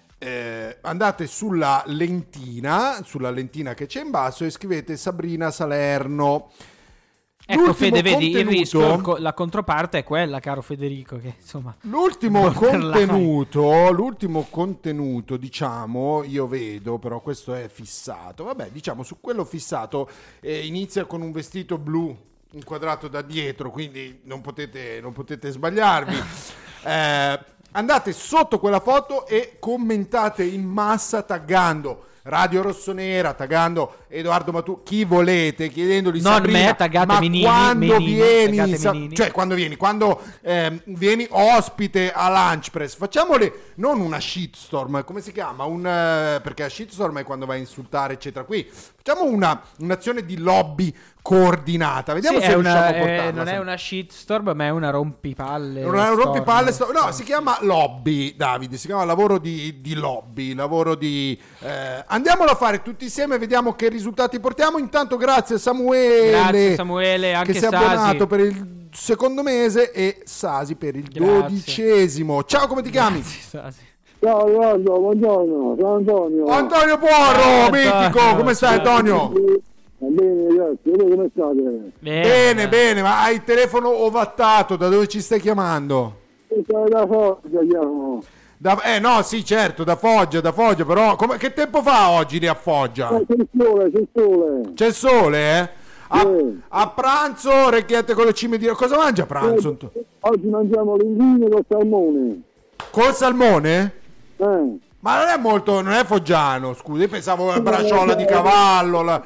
Eh, andate sulla lentina, sulla lentina che c'è in basso e scrivete Sabrina Salerno. Ecco, L'ultimo Fede, vedi, il contenuto- rischio, il co- la controparte è quella, caro Federico, che insomma... L'ultimo borderline. contenuto, l'ultimo contenuto, diciamo, io vedo, però questo è fissato. Vabbè, diciamo, su quello fissato eh, inizia con un vestito blu inquadrato da dietro, quindi non potete, non potete sbagliarvi. Eh, andate sotto quella foto e commentate in massa taggando Radio Rossonera, taggando Edoardo Maturo, chi volete, chiedendogli non Sabrina, me, taggate ma Menini, quando Menini, vieni, taggate sa- Menini. cioè quando vieni, quando ehm, vieni ospite a Lunch Press, facciamole non una shitstorm, come si chiama? Un, eh, perché la shitstorm è quando vai a insultare eccetera, qui facciamo una, un'azione di lobby coordinata, vediamo Sì, se è riusciamo una, a portarla. è, non è sempre. una shitstorm, ma è una rompipalle. Non è un rompipalle, sto- no, storm. si chiama lobby, Davide, si chiama lavoro di, di lobby, lavoro di... Eh, andiamolo a fare tutti insieme, vediamo che risultati portiamo. Intanto grazie Samuele, Grazie Samuele, anche che si è Sasi. abbonato per il secondo mese, e Sasi per il Grazie. dodicesimo. Ciao, come ti chiami? Grazie, Sasi. Ciao Edoardo, buongiorno, sono Antonio. Antonio Porro, Ciao, mitico, Antonio. come stai Ciao. Antonio? Va bene ragazzi, voi come state? Bene, bene, ma hai il telefono ovattato, da dove ci stai chiamando? State da Foggia, chiamo. Da, eh no, sì, certo, da Foggia, da Foggia, però come, che tempo fa oggi lì a Foggia? Eh, c'è il sole, c'è il sole. C'è il sole, eh? A, Sì. a pranzo, orecchiette con le cime di... Cosa mangia a pranzo? Eh, oggi mangiamo linguine con salmone. Col salmone? Eh. Ma non è molto, non è foggiano, scusa, io pensavo la braciola di cavallo. La...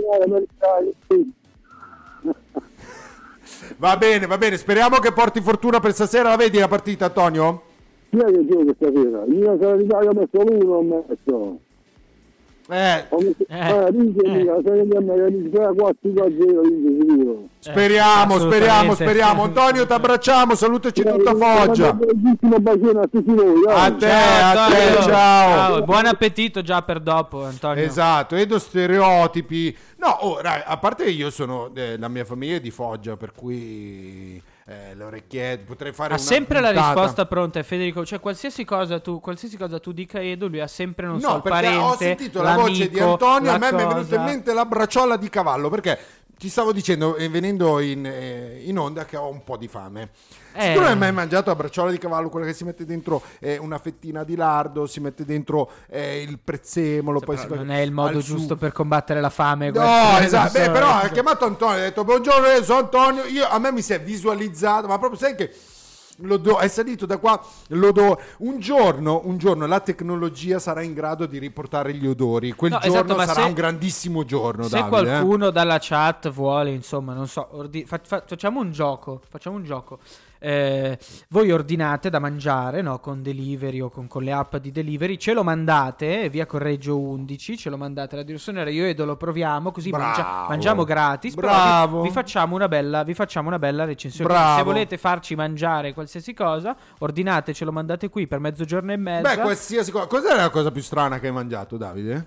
Va bene, va bene, speriamo che porti fortuna per stasera. La vedi la partita, Antonio? Chi è che gioca stasera? Il mio Salernitano ha messo l'uno, ho messo. Eh, Ho messo... Eh. Eh, vince Eh. mica, la Salernitano mi spera quattro a zero, vince sicuro. speriamo, Eh, speriamo, assolutamente. speriamo. Antonio, ti abbracciamo, salutaci tutta Un Foggia. bellissimo bacione a tutti voi. A dai. te, a te, Antonio. ciao. Buon appetito già per dopo, Antonio. Esatto, Edo stereotipi. No, oh, dai, a parte che io sono, eh, la mia famiglia è di Foggia, per cui eh, le orecchiette, potrei fare Ha una sempre la puntata. risposta pronta, Federico. Cioè, qualsiasi cosa tu, qualsiasi cosa tu dica Edo, lui ha sempre, non so, No, il perché parente, ho sentito la voce di l'amico, Antonio, a la me mi è venuta cosa. in mente la bracciola di cavallo, perché ti stavo dicendo, eh, venendo in, eh, in onda, che ho un po' di fame. Eh. Se tu non hai mai mangiato la bracciola di cavallo, quella che si mette dentro eh, una fettina di lardo, si mette dentro eh, il prezzemolo, poi si Però fa non è il modo al giusto sugo. per combattere la fame. No, questo. esatto. Beh, Non so. però ha chiamato Antonio, ha detto buongiorno, io sono Antonio. Io, a me mi si è visualizzato, ma proprio sai che l'odore, è salito da qua l'odore. Un giorno, un giorno la tecnologia sarà in grado di riportare gli odori. Quel No, giorno esatto, ma sarà se- un grandissimo giorno, Se Davide, eh. qualcuno dalla chat vuole, insomma, non so, ordi- fa- fa- facciamo un gioco. Facciamo un gioco. Eh, voi ordinate da mangiare, no? Con delivery o con, con le app di delivery, ce lo mandate via Correggio undici, ce lo mandate alla Rossonera, io e Edo lo proviamo, così mangia- Bravo. mangiamo gratis. però Bravo. vi, vi facciamo una bella, vi facciamo una bella recensione. Bravo. Se volete farci mangiare qualsiasi cosa, ordinate, ce lo mandate qui per mezzogiorno e mezza. Beh, qualsiasi cosa. Cos'è la cosa più strana che hai mangiato, Davide?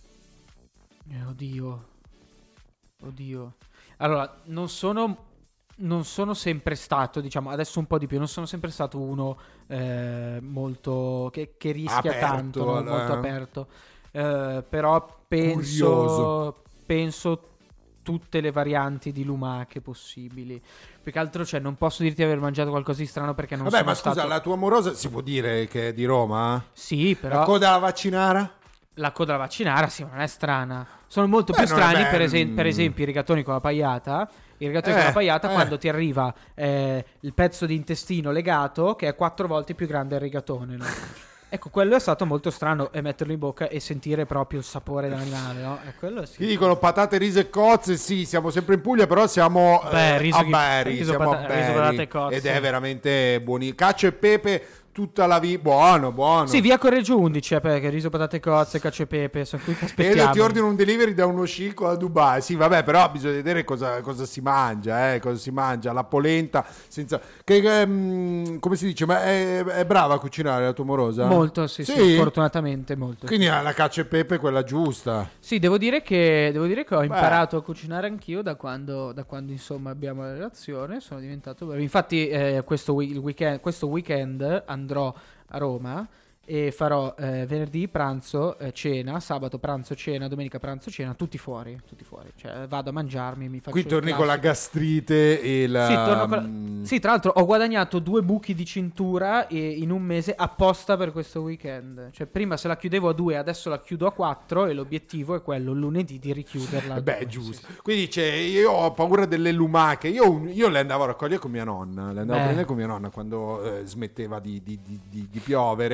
Eh, oddio. Oddio. Allora, non sono non sono sempre stato, diciamo, adesso un po' di più, non sono sempre stato uno eh, molto che, che rischia Aperto, tanto, no? eh. Molto aperto. Eh, però penso Curioso. penso tutte le varianti di lumache possibili. Più che altro, cioè, non posso dirti di aver mangiato qualcosa di strano perché non Vabbè, sono ma scusa, stato. la tua amorosa si può dire che è di Roma? Sì, però La coda alla vaccinara? la coda alla vaccinara, sì, ma non è strana. Sono molto Beh, più non è strani, ben- per, esen- per esempio, i rigatoni con la pagliata. I rigatoni con Eh, la pagliata, eh. quando ti arriva eh, il pezzo di intestino legato, che è quattro volte più grande del rigatone, no? Ecco, quello è stato molto strano, e metterlo in bocca e sentire proprio il sapore dell'animale, no? E quello sì. Ti dicono patate, riso e cozze, sì, siamo sempre in Puglia, però siamo Beh, eh, riso a chi- Bari, riso siamo pata- a riso, Bari, patate e cozze. ed è veramente buoni. Cacio e pepe tutta la vita, buono, buono. Sì, via Correggio undici, eh, perché riso, patate, cozze, cacio e pepe, sono qui che aspettiamo. E ti ordino un delivery da uno scicco a Dubai. Sì, vabbè, però bisogna vedere cosa, cosa si mangia, eh, cosa si mangia. La polenta, senza... Che, ehm, come si dice, ma è, è brava a cucinare la tua morosa? Molto, sì, sì, Sì? fortunatamente molto. Quindi ha la cacio e pepe quella giusta. Sì, devo dire che, devo dire che ho imparato a cucinare anch'io da quando, da quando insomma abbiamo la relazione, sono diventato bravo. Infatti eh, questo, wi- il weekend, questo weekend andrò a Roma e farò eh, venerdì pranzo, eh, cena, sabato pranzo, cena, domenica pranzo, cena, tutti fuori, tutti fuori. Cioè vado a mangiarmi, mi faccio Qui il torni con la classico. gastrite e la... Sì, torno con la- mm, sì, tra l'altro ho guadagnato due buchi di cintura e- in un mese apposta per questo weekend. Cioè prima se la chiudevo a due, adesso la chiudo a quattro e l'obiettivo è quello lunedì di richiuderla. a Beh, due, giusto. sì, sì. Quindi dice, io ho paura delle lumache. Io, io le andavo a raccogliere con mia nonna. Le andavo Beh. a prendere con mia nonna quando eh, smetteva di, di- di- di- di piovere. Si usciva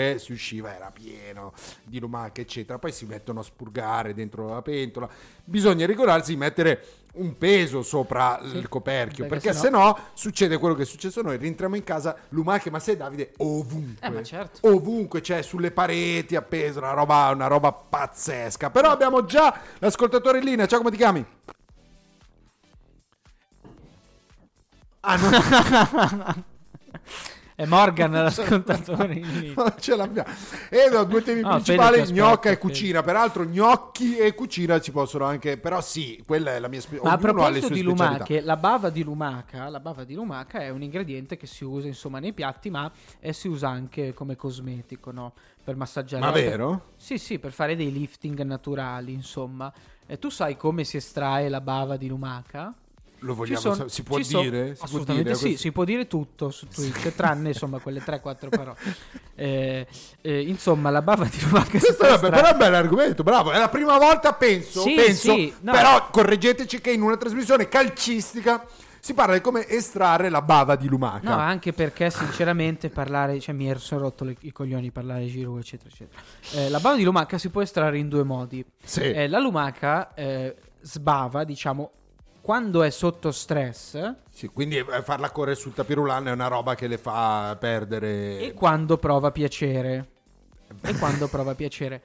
usciva era pieno di lumache eccetera, poi si mettono a spurgare dentro la pentola. Bisogna ricordarsi di mettere un peso sopra sì, il coperchio, perché, perché se no... no succede quello che è successo a noi, rientriamo in casa, lumache, ma sei Davide, ovunque, eh, ma certo. ovunque, cioè sulle pareti appeso, una roba, una roba pazzesca. Però abbiamo già l'ascoltatore in linea. Ciao, come ti chiami? Ah, no. È Morgan l'ascoltatore in linea. Non ce l'abbiamo. E no, due temi no, principali, aspetta, gnocca e aspetta. cucina. Peraltro gnocchi e cucina ci possono anche, però sì, quella è la mia Ma a proposito di specialità. lumache, la bava di lumaca, la bava di lumaca è un ingrediente che si usa insomma nei piatti, ma eh, si usa anche come cosmetico, no? Per massaggiare. Ma per... vero? Sì, sì, per fare dei lifting naturali, insomma. E tu sai come si estrae la bava di lumaca? Lo vogliamo sono, sa- si può sono, dire? Si assolutamente può dire, sì, si può dire tutto su Twitch, tranne insomma quelle tre quattro parole. Eh, eh, insomma, la bava di lumaca. Questo è, però è un bel argomento, bravo. È la prima volta, penso, sì, penso sì, no. Però correggeteci che in una trasmissione calcistica si parla di come estrarre la bava di lumaca. No, anche perché sinceramente parlare, cioè mi sono rotto le, i coglioni parlare Giroud eccetera eccetera. Eh, la bava di lumaca si può estrarre in due modi. Sì. Eh, la lumaca eh, sbava, diciamo, quando è sotto stress. Sì, quindi farla correre sul tapirulano è una roba che le fa perdere. E quando prova piacere. E quando prova piacere.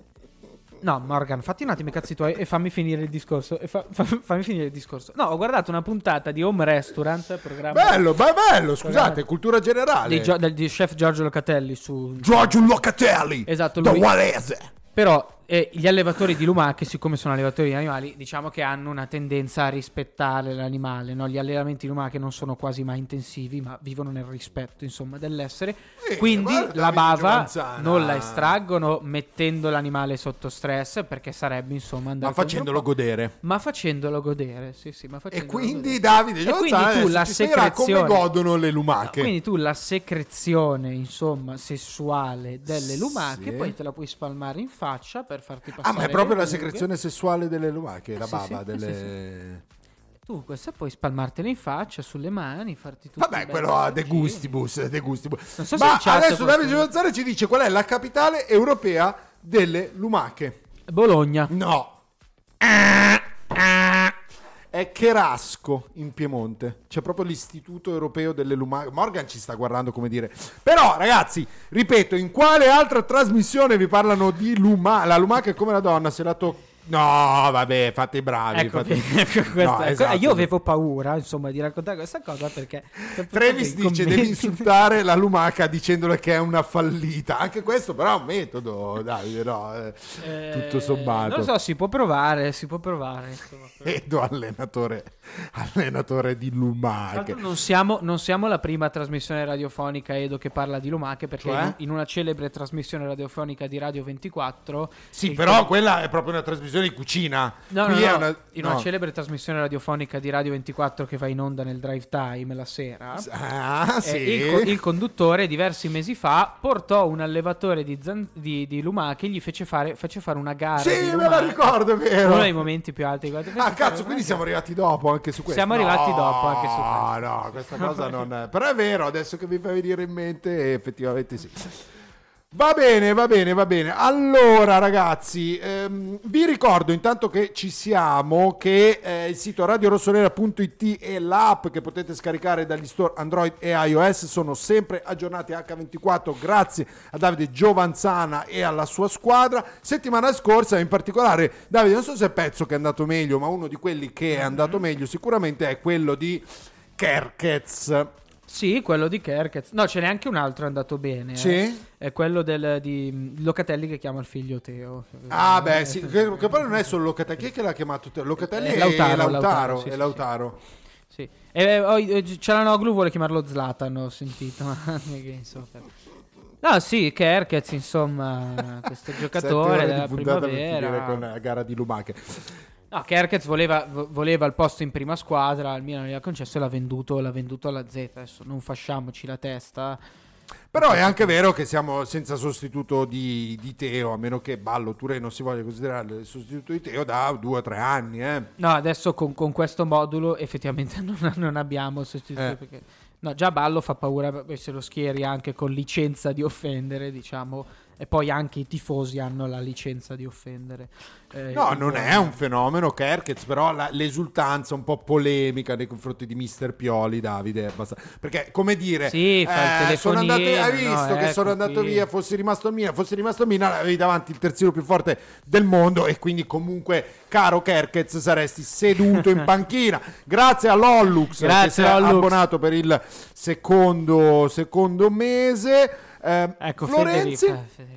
No, Morgan, fatti un attimo i cazzi tuoi e fammi finire il discorso. E fa, fa, fammi finire il discorso. No, ho guardato una puntata di Home Restaurant, programma. Bello, ma bello, scusate, cultura generale. Di, Gio, del, di chef Giorgio Locatelli su. Giorgio Locatelli. Esatto, lui. Da Walese. Però eh, gli allevatori di lumache, siccome sono allevatori di animali, diciamo che hanno una tendenza a rispettare l'animale, no? Gli allevamenti di lumache non sono quasi mai intensivi, ma vivono nel rispetto, insomma, dell'essere. Eh, Quindi guarda, la bava Giovanzana. non la estraggono mettendo l'animale sotto stress, perché sarebbe, insomma, andare Ma facendolo godere. Ma facendolo godere, sì, sì, ma E facendolo quindi godere. Davide E Giovanzana quindi tu la ci spiegherà come secrezione godono le lumache. Quindi tu la secrezione, insomma, sessuale delle lumache, Sì. poi te la puoi spalmare in faccia per farti passare. Ah, ma è proprio le la rughe. secrezione sessuale delle lumache, Eh, la sì, bava sì, delle... sì, sì. Tu questa puoi spalmartela in faccia, sulle mani, farti tutto. Vabbè, quello ha de gustibus, de gustibus. Non so se Ma in chat adesso qualcuno- Davide Giovanzana ci dice qual è la capitale europea delle lumache. Bologna. No. È Cherasco in Piemonte. C'è proprio l'Istituto Europeo delle Lumache. Morgan ci sta guardando, come dire. Però, ragazzi, ripeto, in quale altra trasmissione vi parlano di lumaca? La lumaca è come la donna, se la tocca. No, vabbè, fate i bravi. Ecco, fate... ecco, questa- No, esatto. io avevo paura, insomma, di raccontare questa cosa perché Trevis i dice commenti- devi insultare la lumaca dicendole che è una fallita. Anche questo però è un metodo, Davide, no, eh, Eh, tutto sommato. Non lo so, si può provare, si può provare. Insomma. Edo allenatore, allenatore di Tra lumache. l'altro non siamo, non siamo la prima trasmissione radiofonica, Edo, che parla di lumache, perché Cioè? in, in una celebre trasmissione radiofonica di Radio ventiquattro... Sì, il però com- quella è proprio una trasmissione di cucina. No, Qui no, è no, una- in no. una celebre trasmissione radiofonica di Radio ventiquattro che va in onda nel drive time la sera. Ah, eh, sì. il, co- il conduttore diversi mesi fa portò un allevatore di, zan- di, di lumache, gli fece fare, fece fare una gara. Sì, di me lumache. la ricordo, è vero. Uno dei momenti più alti. Guarda, fece Ah, fare cazzo, una quindi gara. siamo arrivati dopo anche su questo. Siamo arrivati dopo anche su questo. No, no, questa cosa non è. Però è vero, adesso che mi fai venire in mente, effettivamente sì. Va bene, va bene, va bene. Allora, ragazzi, ehm, vi ricordo intanto che ci siamo che eh, il sito radio rossonera punto it e l'app che potete scaricare dagli store Android e iOS sono sempre aggiornati acca ventiquattro grazie a Davide Giovanzana e alla sua squadra. Settimana scorsa, in particolare, Davide, non so se è il pezzo che è andato meglio, ma uno di quelli che è andato meglio sicuramente è quello di Kerkez. Sì, quello di Kerkez. No, ce n'è anche un altro è andato bene. Sì? eh. È quello del, di Locatelli che chiama il figlio Teo. Ah, beh, sì, che, che poi non è solo Locatelli. Chi è che l'ha chiamato? Locatelli Eh, e Lautaro, Lautaro. Lautaro, sì, e sì, Lautaro. Sì. E, oh, eh, Cialanoglu vuole chiamarlo Zlatan, ho sentito. Ma che insomma. No, sì, Kerkez, insomma, questo Sette giocatore ore di della puntata per primavera. finire con la gara di lumache. No, Kerkez voleva, vo- voleva il posto in prima squadra, il Milan gli ha concesso e l'ha venduto, l'ha venduto alla Z. Adesso non fasciamoci la testa. Però è anche vero che siamo senza sostituto di, di Teo, a meno che Ballo Touré non si voglia considerare il sostituto di Teo da due o tre anni. Eh. No, adesso con, con questo modulo effettivamente non, non abbiamo sostituto. Eh. Perché, no, già Ballo fa paura se lo schieri anche con licenza di offendere, diciamo. e poi anche i tifosi hanno la licenza di offendere. Eh, No, il non buon- è un fenomeno Kerkez, però la- l'esultanza un po' polemica nei confronti di mister Pioli, Davide, è abbastanza- perché come dire, Sì, fa il eh, sono andato, telefonino, hai visto no, che ecco sono andato qui. via, fossi rimasto al Milan, fossi rimasto al Milan, avevi davanti il terzino più forte del mondo e quindi comunque, caro Kerkez, saresti seduto in panchina. Grazie a Lollux che Grazie, si è Lollux. abbonato per il secondo, secondo mese. Eh, Ecco, Florenzi? Federica, Federica.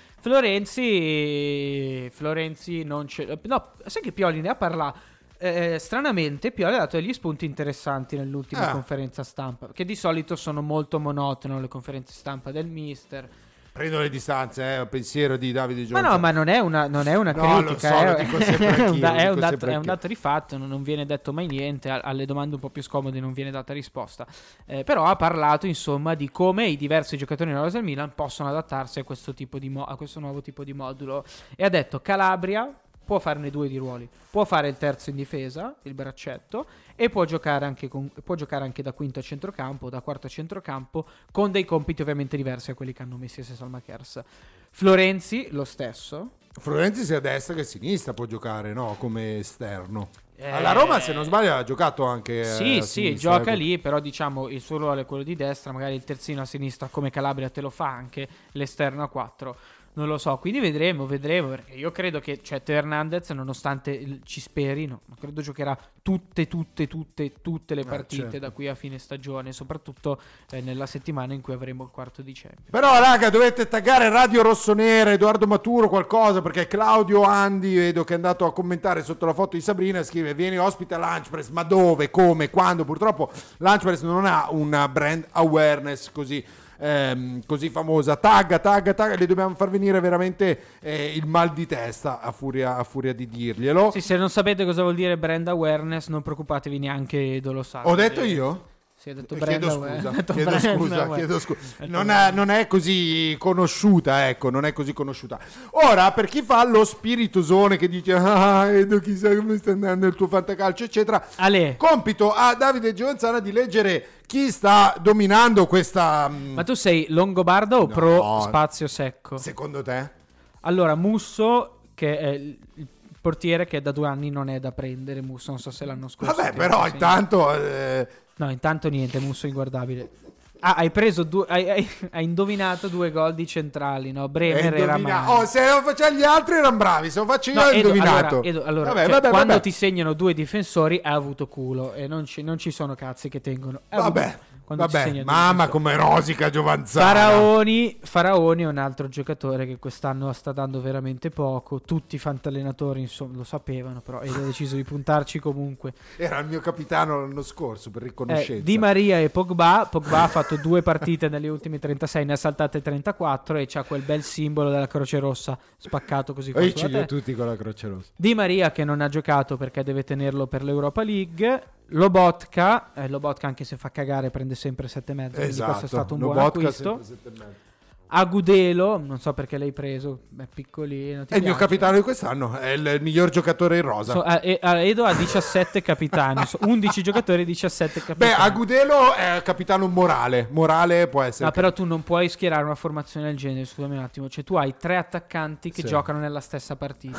Florenzi Florenzi non c'è. No, sai che Pioli ne ha parlato. Eh, stranamente Pioli ha dato degli spunti interessanti nell'ultima Ah. conferenza stampa, che di solito sono molto monotone le conferenze stampa del mister. Prendo le distanze, eh, il pensiero di Davide Ma Giovanni. no, ma non è una, non è una No, lo critica, so, è, lo dico sempre è un, anch'io, da- lo è un dico dato, sempre è un anch'io. dato di fatto, non, non viene detto mai niente, a- alle domande un po' più scomode non viene data risposta. Eh, però ha parlato insomma di come i diversi giocatori nella rosa del Milan possono adattarsi a questo, tipo di mo- a questo nuovo tipo di modulo, e ha detto Calabria può farne due di ruoli, può fare il terzo in difesa, il braccetto, e può giocare anche, con, può giocare anche da quinto a centrocampo, da quarto a centrocampo, con dei compiti ovviamente diversi a quelli che hanno messi Salmakers. Florenzi lo stesso. Florenzi sia a destra che a sinistra può giocare, no? Come esterno. Eh, Alla Roma, se non sbaglio, ha giocato anche eh, Sì, a sì, sinistra, gioca ecco. lì, però diciamo il suo ruolo è quello di destra, magari il terzino a sinistra come Calabria te lo fa anche, l'esterno a quattro. Non lo so, quindi vedremo, vedremo, perché io credo che, cioè, Teo Hernandez, nonostante il- ci speri, no, ma credo giocherà tutte, tutte, tutte, tutte le Eh, partite certo. da qui a fine stagione, soprattutto eh, nella settimana in cui avremo il quarto di Champions. Però, raga, dovete taggare Radio Rossonera, Edoardo Maturo, qualcosa, perché Claudio Andi, vedo che è andato a commentare sotto la foto di Sabrina, scrive: vieni ospite a Lunchpress, ma dove, come, quando? Purtroppo Lunchpress non ha una brand awareness così ehm, così famosa. Tagga, tagga, tagga, le dobbiamo far venire veramente eh, il mal di testa a furia, a furia di dirglielo. Sì, se non sapete cosa vuol dire brand awareness, non preoccupatevi, neanche Edo lo sa. Ho detto io? Sì, ha detto Eh, brand chiedo awareness. scusa, Ha detto chiedo brand scusa, awareness. chiedo scusa. Ha detto Non brand- è, non è così conosciuta, ecco, non è così conosciuta. Ora, per chi fa lo spiritosone che dice ah, Edo, chissà come sta andando il tuo fantacalcio, eccetera, Ale, compito a Davide Giovanzana di leggere chi sta dominando questa... mm, ma tu sei longobardo o No. pro spazio secco? secondo te? Allora, Musso, che è il il portiere che da due anni non è da prendere, Musso, non so se l'anno scorso. Vabbè, ti però ha segnato. intanto... eh, No, intanto niente, Musso inguardabile. Ah, hai preso due, hai, hai- hai indovinato due gol di centrali, no? è Bremer era indovina- male. Oh, se lo facevano gli altri erano bravi, se lo faccio io No, ho Edo, indovinato. allora, Edo, allora, Vabbè, cioè, vabbè, quando vabbè. ti segnano due difensori hai avuto culo e non ci, non ci sono cazzi che tengono. Hai avuto- Vabbè, quando ti vabbè, segnano due mamma difensori. come rosica Giovanzana. Faraoni, Faraoni è un altro giocatore che quest'anno sta dando veramente poco. Tutti i fantallenatori insomma lo sapevano, però Edo ha deciso di puntarci comunque. Era il mio capitano l'anno scorso per riconoscenza. Eh, Di Maria e Pogba. Pogba ha fatto due partite nelle ultime trentasei, ne ha saltate trentaquattro e c'ha quel bel simbolo della Croce Rossa spaccato così qua Poi sulla ci li ho testa. tutti con la Croce Rossa. Di Maria che non ha giocato perché deve tenerlo per l'Europa League. Lobotka, eh, Lobotka anche se fa cagare prende sempre sette e mezzo, quindi Esatto. questo è stato un buon Lobotka acquisto. sempre sette e mezzo. Agudelo, non so perché l'hai preso, è piccolino. ti È il mio piace? capitano di quest'anno, è il miglior giocatore in rosa. So, eh, eh, Edo ha diciassette capitani, so- undici giocatori, diciassette capitani. Beh, Agudelo è capitano morale. Morale può essere. No, però tu non puoi schierare una formazione del genere, scusami un attimo. Cioè, tu hai tre attaccanti che Sì. giocano nella stessa partita.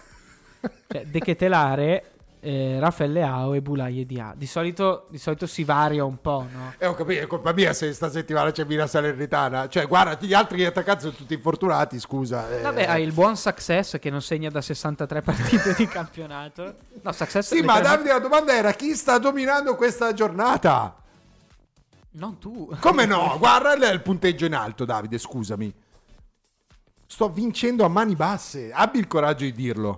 Cioè, De Ketelare, eh, Raffaele Leao e Boulaye Dia. Di solito, di solito si varia un po', no? Eh, ho capito, è colpa mia se sta settimana c'è Mina Salernitana. Cioè, guarda, gli altri attaccanti sono tutti infortunati, scusa. eh. Vabbè, hai il buon Success che non segna da sessantatré partite di campionato. No, Success Sì, ma letteralmente- Davide, la domanda era chi sta dominando questa giornata? Non tu. Come no? Guarda il, il punteggio in alto, Davide, scusami. Sto vincendo a mani basse. Abbi il coraggio di dirlo.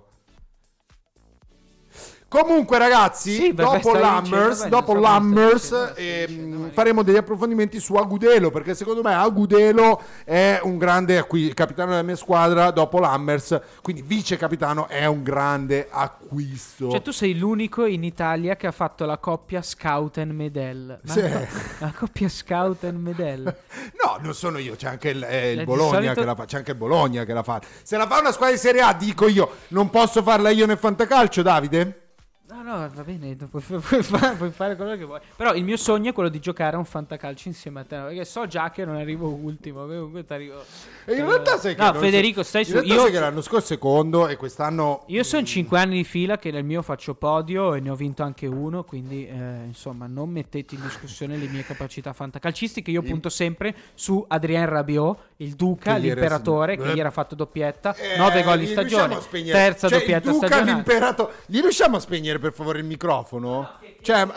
Comunque, ragazzi, Sì, vabbè, dopo stai Lammers, vincendo, vabbè, dopo non so come Lammers stai dicendo, stai ehm, dicendo, vai. faremo degli approfondimenti su Agudelo, perché secondo me Agudelo è un grande acquisto, capitano della mia squadra dopo Lammers, quindi vice capitano è un grande acquisto. Cioè, tu sei l'unico in Italia che ha fatto la coppia Scouten Medel. Ma Sì. no, la coppia Scouten Medel. No, non sono io, c'è anche il, eh, il Eh, di Bologna solito- che la fa, c'è anche il Bologna che la fa. Se la fa una squadra di Serie A, dico io, non posso farla io nel fantacalcio, Davide? No, no, va bene, puoi, puoi, fare, puoi fare quello che vuoi. Però il mio sogno è quello di giocare a un fantacalcio insieme a te, no? Perché so già che non arrivo ultimo. Comunque arrivo, e in realtà sai che no, Federico, so, stai su. Io Io che l'anno scorso secondo e quest'anno. Io sono cinque anni di fila che nel mio faccio podio e ne ho vinto anche uno. Quindi, eh, insomma, non mettete in discussione le mie capacità fantacalcistiche. Io punto sempre su Adrien Rabiot, il Duca, che l'imperatore, era... che ieri ha fatto doppietta, eh, nove gol in stagione, terza cioè, doppietta il Duca, stagionale. l'imperatore. Gli riusciamo a spegnere per favore il microfono? No, che, cioè,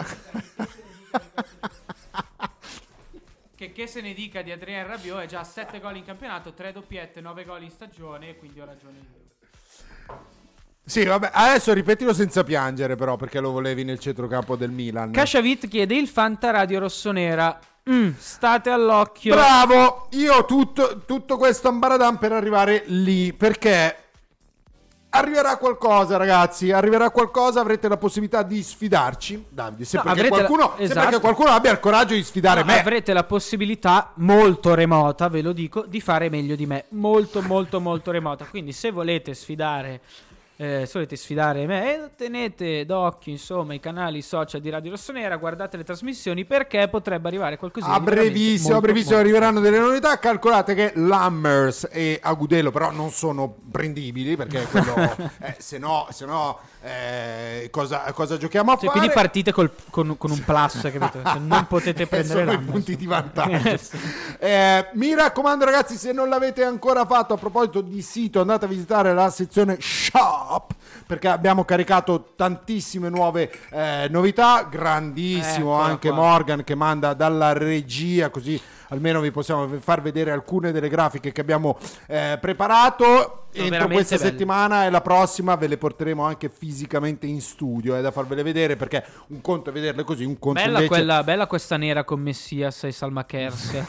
che, che se ne dica di Adrien Rabiot, è già sette gol in campionato, tre doppiette, nove gol in stagione, quindi ho ragione io. Sì, vabbè, adesso ripetilo senza piangere però, perché lo volevi nel centrocampo del Milan. Casciavit chiede il Fanta Radio Rossonera. Mm, state all'occhio. Bravo, io tutto, tutto questo ambaradan per arrivare lì, perché arriverà qualcosa, ragazzi, arriverà qualcosa, avrete la possibilità di sfidarci. Davide, sembra, no, che, qualcuno, la... sembra esatto. che qualcuno abbia il coraggio di sfidare no, me. Avrete la possibilità molto remota, ve lo dico, di fare meglio di me. Molto, molto, molto remota. Quindi se volete sfidare... Eh, se volete sfidare me, eh, tenete d'occhio insomma i canali social di Radio Rossonera, guardate le trasmissioni, perché potrebbe arrivare qualcosina a brevissimo, a brevissimo molto arriveranno delle novità. Calcolate che Lammers e Agudelo però non sono prendibili, perché quello eh, se no, se no eh, cosa, cosa giochiamo a cioè, fare? quindi partite col, con, con un plus, capito? Cioè, non potete prendere sono i Lammers. punti di vantaggio. eh, mi raccomando ragazzi, se non l'avete ancora fatto, a proposito di sito, andate a visitare la sezione shop, perché abbiamo caricato tantissime nuove eh, novità. Grandissimo. Eccola anche qua. Morgan che manda dalla regia, così almeno vi possiamo far vedere alcune delle grafiche che abbiamo eh, preparato. Sono entro questa belle. settimana e la prossima ve le porteremo anche fisicamente in studio, è eh, da farvele vedere, perché un conto è vederle così, un conto bella invece... quella, bella questa nera con Messias e Salma Kers.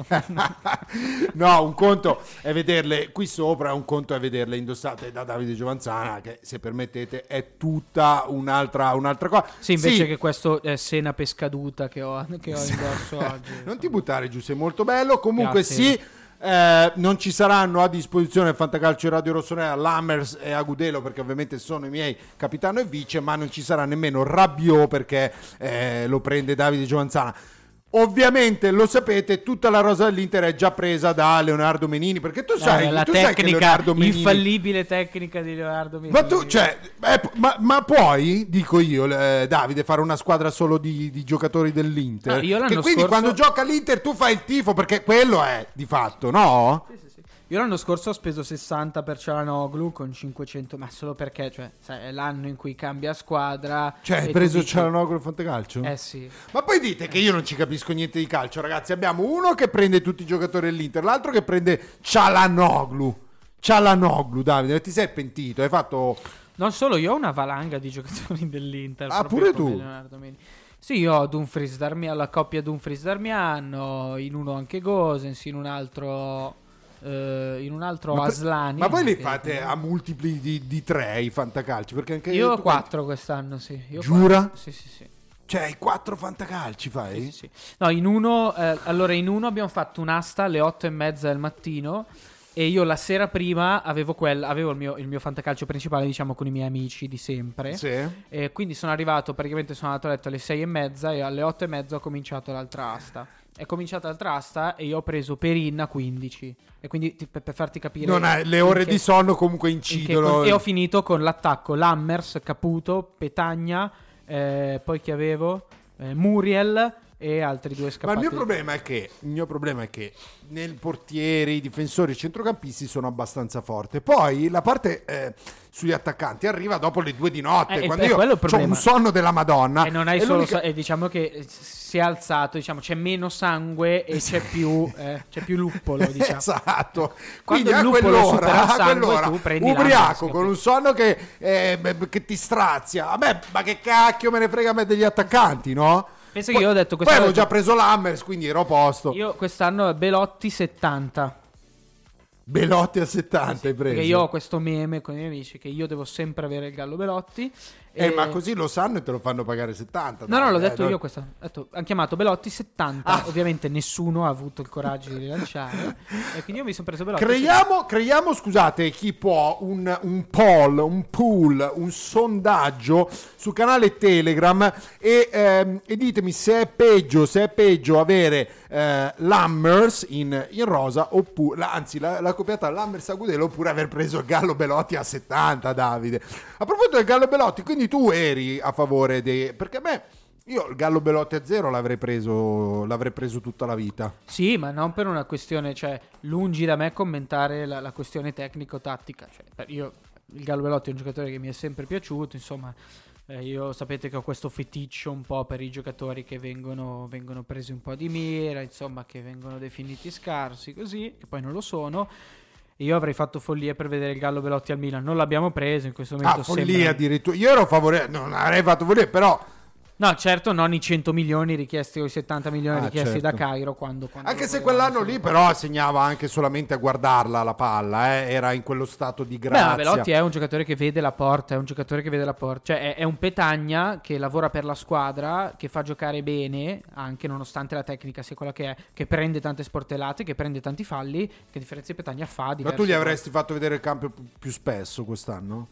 No, un conto è vederle qui sopra, un conto è vederle indossate da Davide Giovanzana, che se permettete è tutta un'altra, un'altra cosa. Sì, invece sì. che questo è senape scaduta che ho, che ho indosso oggi. Non ti buttare giù, sei molto bello. Comunque Grazie. sì, eh, non ci saranno a disposizione Fantacalcio e Radio Rossonera Lammers e Agudelo, perché ovviamente sono i miei capitano e vice, ma non ci sarà nemmeno Rabiot, perché eh, lo prende Davide Giovanzana. Ovviamente lo sapete, tutta la rosa dell'Inter è già presa da Leonardo Menini, perché tu sai, eh, la tu sai che tecnica, Leonardo Menini... l'infallibile tecnica di Leonardo Menini. Ma tu, cioè, eh, ma, ma puoi, dico io, eh, Davide, fare una squadra solo di, di giocatori dell'Inter? Ah, io l'anno che quindi scorso... quando gioca l'Inter tu fai il tifo, perché quello è di fatto, no? Sì, sì, sì. Io l'anno scorso ho speso sessanta per Cialanoglu con cinquecento, ma solo perché, cioè, sai, è l'anno in cui cambia squadra. Cioè, hai e preso dici... Cialanoglu al fantacalcio? Eh sì. Ma poi dite che io non ci capisco niente di calcio, ragazzi. Abbiamo uno che prende tutti i giocatori dell'Inter, l'altro che prende Cialanoglu. Cialanoglu, Davide, ti sei pentito? Hai fatto... Non solo, io ho una valanga di giocatori dell'Inter. Ah, pure tu? Leonardo Menini. Sì, io ho Dumfries Darmian, la coppia Dumfries Darmian, in uno anche Gosens, in un altro... Uh, in un altro ma Aslani. Ma voi li che... fate a multipli di, di tre i fantacalci? Perché anche io ho tu quattro quest'anno, sì. Io Giura? Quattro. Sì, sì, sì. Cioè, hai quattro fantacalci fai? Sì, sì, sì. No, in uno, eh, allora in uno abbiamo fatto un'asta alle otto e mezza del mattino e io la sera prima avevo, quel, avevo il, mio, il mio fantacalcio principale, diciamo, con i miei amici di sempre. Sì. E quindi sono arrivato, praticamente sono andato a letto alle sei e mezza e alle otto e mezza ho cominciato l'altra asta. È cominciata l'altra asta e io ho preso Perin a quindici. E quindi ti, per, per farti capire... Non hai, le ore che, di sonno comunque incidono. Che, e ho finito con l'attacco Lammers, Caputo, Petagna, eh, poi chi avevo? Eh, Muriel e altri due scappati. Ma il mio problema è che il mio problema è che nel portiere, i difensori, i centrocampisti sono abbastanza forti. Poi la parte eh, sugli attaccanti arriva dopo le due di notte, eh, quando eh, io ho un sonno della Madonna. E non hai e solo l'unica... so- e diciamo che si è alzato, diciamo c'è meno sangue e c'è più eh, c'è più luppolo, diciamo. Esatto. Quando Quindi il a luppolo supera quell'ora, il a sangue, quell'ora tu prendi ubriaco l'Ammers, con un sonno che, eh, beh, che ti strazia. Vabbè, ma che cacchio me ne frega a me degli attaccanti, no? Penso Poi, che io ho detto poi avevo detto, già preso l'Hammers, quindi ero a posto. Io quest'anno Belotti settanta. Belotti a settanta sì, hai preso. Perché io ho questo meme con i miei amici che io devo sempre avere il gallo Belotti Eh, E- ma così lo sanno e te lo fanno pagare settanta. No, no, l'ho dai, detto eh, io no. questa. Ho detto- hanno chiamato Belotti settanta. Ah. Ovviamente nessuno ha avuto il coraggio di rilanciare. E quindi io mi sono preso Belotti. Creiamo, creiamo, scusate, chi può un, un poll, un pool, un sondaggio sul canale Telegram e, ehm, e ditemi se è peggio, se è peggio avere eh, Lammers in, in rosa oppure, la- anzi la, la coppiata Lammers Agudelo oppure aver preso il Gallo Belotti a settanta, Davide. A proposito del Gallo Belotti, quindi tu eri a favore dei... perché a me... Io il Gallo Belotti a zero l'avrei preso, l'avrei preso tutta la vita. Sì, ma non per una questione, cioè, lungi da me commentare la, la questione tecnico-tattica. Cioè, per- io, il Gallo Belotti è un giocatore che mi è sempre piaciuto, insomma, eh, io sapete che ho questo feticcio un po' per i giocatori che vengono, vengono presi un po' di mira, insomma, che vengono definiti scarsi, così, che poi non lo sono. Io avrei fatto follia per vedere il Gallo Belotti al Milan, non l'abbiamo preso in questo momento. Ah, follia sembra- addirittura. Io ero favorevole, non avrei fatto follia, però... No, certo, non i cento milioni richiesti o i settanta milioni Ah, richiesti certo. da Cairo quando, quando Anche lo se volevamo quell'anno lì fare. però segnava anche solamente a guardarla la palla, eh? Era in quello stato di Beh, grazia. ma Belotti è un giocatore che vede la porta, è un giocatore che vede la porta, cioè è, è un Petagna che lavora per la squadra, che fa giocare bene, anche nonostante la tecnica sia quella che è, che prende tante sportellate, che prende tanti falli, che a differenza di Petagna fa Ma diverse tu gli cose. avresti fatto vedere il campo più- più spesso quest'anno?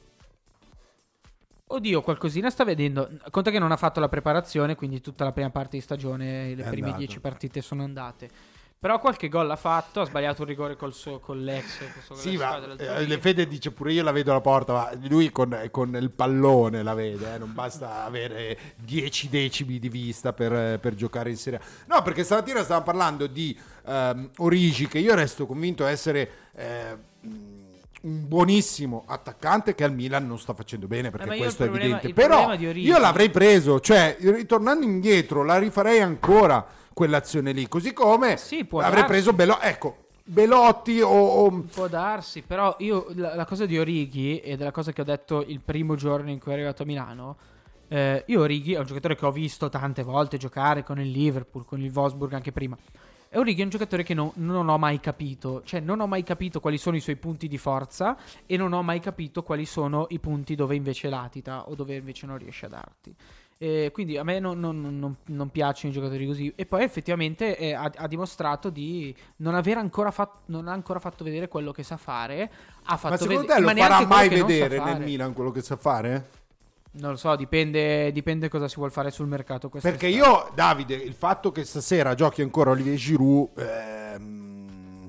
Oddio, qualcosina sta vedendo. Conta che non ha fatto la preparazione, quindi tutta la prima parte di stagione, le È prime andato. dieci partite sono andate. Però qualche gol l'ha fatto, ha sbagliato un rigore col suo, con l'ex. con Sì, la ma squadra del eh, Torino. Le Fede dice pure io la vedo alla porta, ma lui con, con il pallone la vede, eh? Non basta avere dieci decimi di vista per, per giocare in Serie A. No, perché stamattina stavamo parlando di ehm, Origi, che io resto convinto essere... eh, un buonissimo attaccante che al Milan non sta facendo bene, perché Eh, ma io questo è il problema- evidente. il Però problema di Origi- io l'avrei preso, cioè ritornando indietro la rifarei ancora quell'azione lì, così come Sì, può avrei darsi. preso Belotti, ecco, Belotti o, o- Può darsi, però io la, la cosa di Origi e della cosa che ho detto il primo giorno in cui è arrivato a Milano, eh, io Origi è un giocatore che ho visto tante volte giocare con il Liverpool, con il Wolfsburg anche prima. E Origi è un giocatore che no- non ho mai capito, cioè non ho mai capito quali sono i suoi punti di forza e non ho mai capito quali sono i punti dove invece latita o dove invece non riesce a darti. E quindi a me non, non- non- non piacciono i giocatori così. E poi effettivamente eh, ha, ha dimostrato di non aver ancora fatto, non ha ancora fatto vedere quello che sa fare. Ha fatto ma secondo vede- te lo ma neanche farà quello mai che non sa vedere nel fare. Milan quello che sa fare? Non lo so, dipende, dipende cosa si vuol fare sul mercato. Perché quest'estate. io, Davide, il fatto che stasera giochi ancora Olivier Giroud, ehm,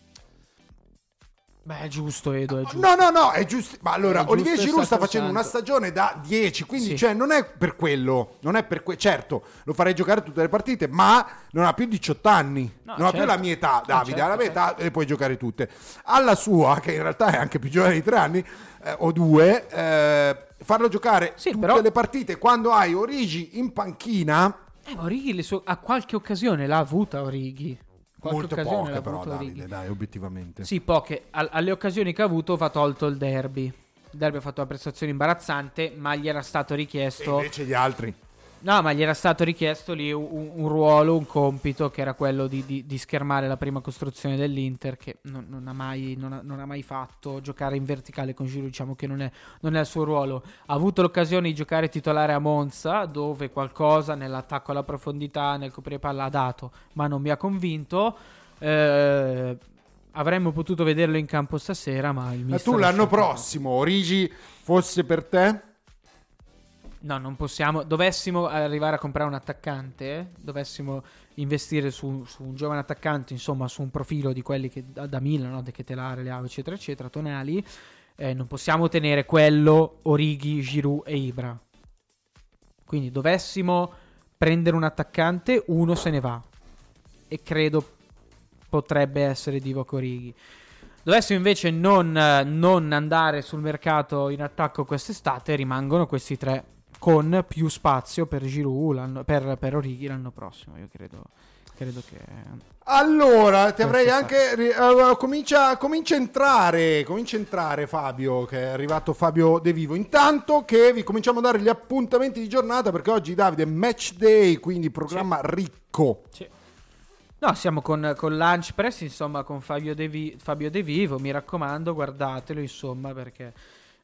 Beh, è giusto, Edo, è giusto. no, no, no, è giusto. Ma allora, È giusto Olivier e Giroud sta sacrosanto. facendo una stagione da dieci, quindi Sì. cioè, non è per quello, non è per que- certo, lo farei giocare tutte le partite, ma non ha più diciotto anni, No, non ha più certo. la mia età, Davide, certo, alla mia certo. età le puoi giocare tutte. Alla sua, che in realtà è anche più giovane di tre anni eh, o due, eh, farlo giocare Sì, tutte però- le partite quando hai Origi in panchina. Eh, ma Origi le sue- a qualche occasione l'ha avuta Origi. Qualche Molte occasione poche l'ha però, avuta Davide, Origi. dai, obiettivamente. Sì, poche. Al- alle occasioni che ha avuto va tolto il derby. Il derby ha fatto una prestazione imbarazzante, ma gli era stato E richiesto... invece gli altri. No, ma gli era stato richiesto lì un, un ruolo, un compito, che era quello di, di- di schermare la prima costruzione dell'Inter, che non, non ha mai, non ha- non ha mai fatto. Giocare in verticale con Giroud, diciamo che non è, non è il suo ruolo. Ha avuto l'occasione di giocare titolare a Monza, dove qualcosa nell'attacco alla profondità, nel coprire palla ha dato, ma non mi ha convinto. Eh, avremmo potuto vederlo in campo stasera, ma il Ma mister tu ha l'anno scelto- prossimo, Origi fosse per te? No, non possiamo. Dovessimo arrivare a comprare un attaccante, dovessimo investire su, su un giovane attaccante, insomma, su un profilo di quelli che da, da Milan, no? De Ketelare, Leao, eccetera, eccetera, Tonali. Eh, non possiamo tenere quello, Origi, Giroud e Ibra. Quindi dovessimo prendere un attaccante, uno se ne va. E credo potrebbe essere Divock Origi. Dovessimo invece non, eh, non andare sul mercato in attacco quest'estate, rimangono questi tre con più spazio per Giroud, l'anno- per, per Origi l'anno prossimo. Io credo, credo che... Allora, ti avrei Questo anche ri- eh, comincia, comincia a entrare, comincia a entrare Fabio, che è arrivato Fabio De Vivo. Intanto che vi cominciamo a dare gli appuntamenti di giornata, perché oggi, Davide, è match day, quindi programma ricco. Sì. No, siamo con, con Lunch Press, insomma, con Fabio De, Vi- Fabio De Vivo. Mi raccomando, guardatelo, insomma, perché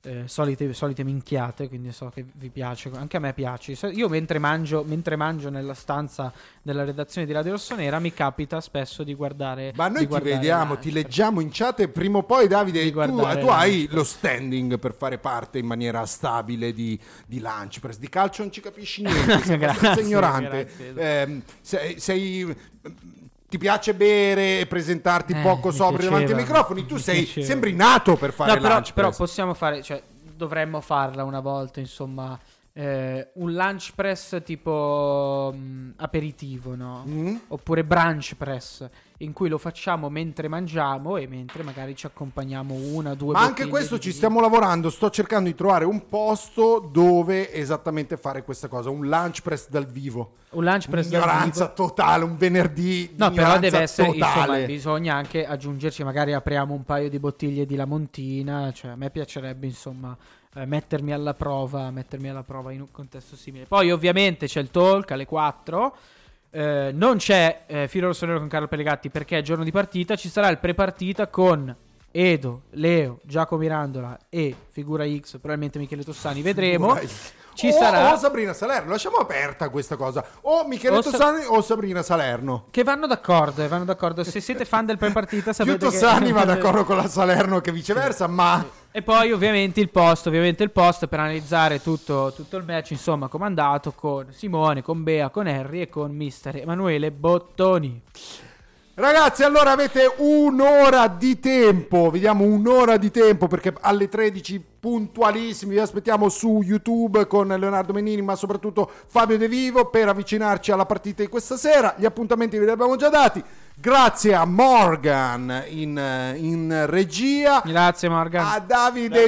Eh, solite, solite minchiate, quindi so che vi piace, anche a me piace. Io mentre mangio, mentre mangio nella stanza della redazione di Radio Rossonera mi capita spesso di guardare. Ma noi di ti vediamo, ti leggiamo in chat e prima o poi, Davide, tu, tu hai lo standing per fare parte in maniera stabile di, di Lunch Press. Di calcio non ci capisci niente, sei abbastanza ignorante. Eh, sei... sei ti piace bere e presentarti eh, poco sobrio davanti ai microfoni, tu sei piaceva. Sembri nato per fare no, però, Lunch però Press. possiamo fare, cioè dovremmo farla una volta, insomma, eh, un Lunch Press tipo mh, aperitivo, no? Mm? Oppure Brunch Press, in cui lo facciamo mentre mangiamo e mentre magari ci accompagniamo una, due. Ma anche questo ci stiamo lavorando, sto cercando di trovare un posto dove esattamente fare questa cosa, un Lunch Press dal vivo. Un Lunch Press ignoranza totale, un venerdì di no, però deve essere totale. Insomma, bisogna anche aggiungerci, magari apriamo un paio di bottiglie di Lamontina, cioè a me piacerebbe insomma eh, mettermi alla prova, mettermi alla prova in un contesto simile. Poi ovviamente c'è il talk alle quattro. Eh, non c'è eh, Filo Rossonero con Carlo Pellegatti perché è giorno di partita. Ci sarà il pre-partita con Edo, Leo, Giacomo Mirandola e figura X, probabilmente Michele Tossani, vedremo. Ci o, sarà o Sabrina Salerno, lasciamo aperta questa cosa. O Michele o Tossani Sa- o Sabrina Salerno. Che vanno d'accordo, eh, vanno d'accordo. Se siete fan del pre-partita sapete più Tossani che... va d'accordo con la Salerno che viceversa, ma... E poi ovviamente il post, ovviamente il post per analizzare tutto, tutto il match, insomma, comandato con Simone, con Bea, con Harry e con mister Emanuele Bottoni. Ragazzi, allora avete un'ora di tempo, vediamo un'ora di tempo perché alle tredici puntualissimi vi aspettiamo su YouTube con Leonardo Menini ma soprattutto Fabio De Vivo per avvicinarci alla partita di questa sera. Gli appuntamenti ve li abbiamo già dati. Grazie a Morgan in, in regia. Grazie Morgan. A Davide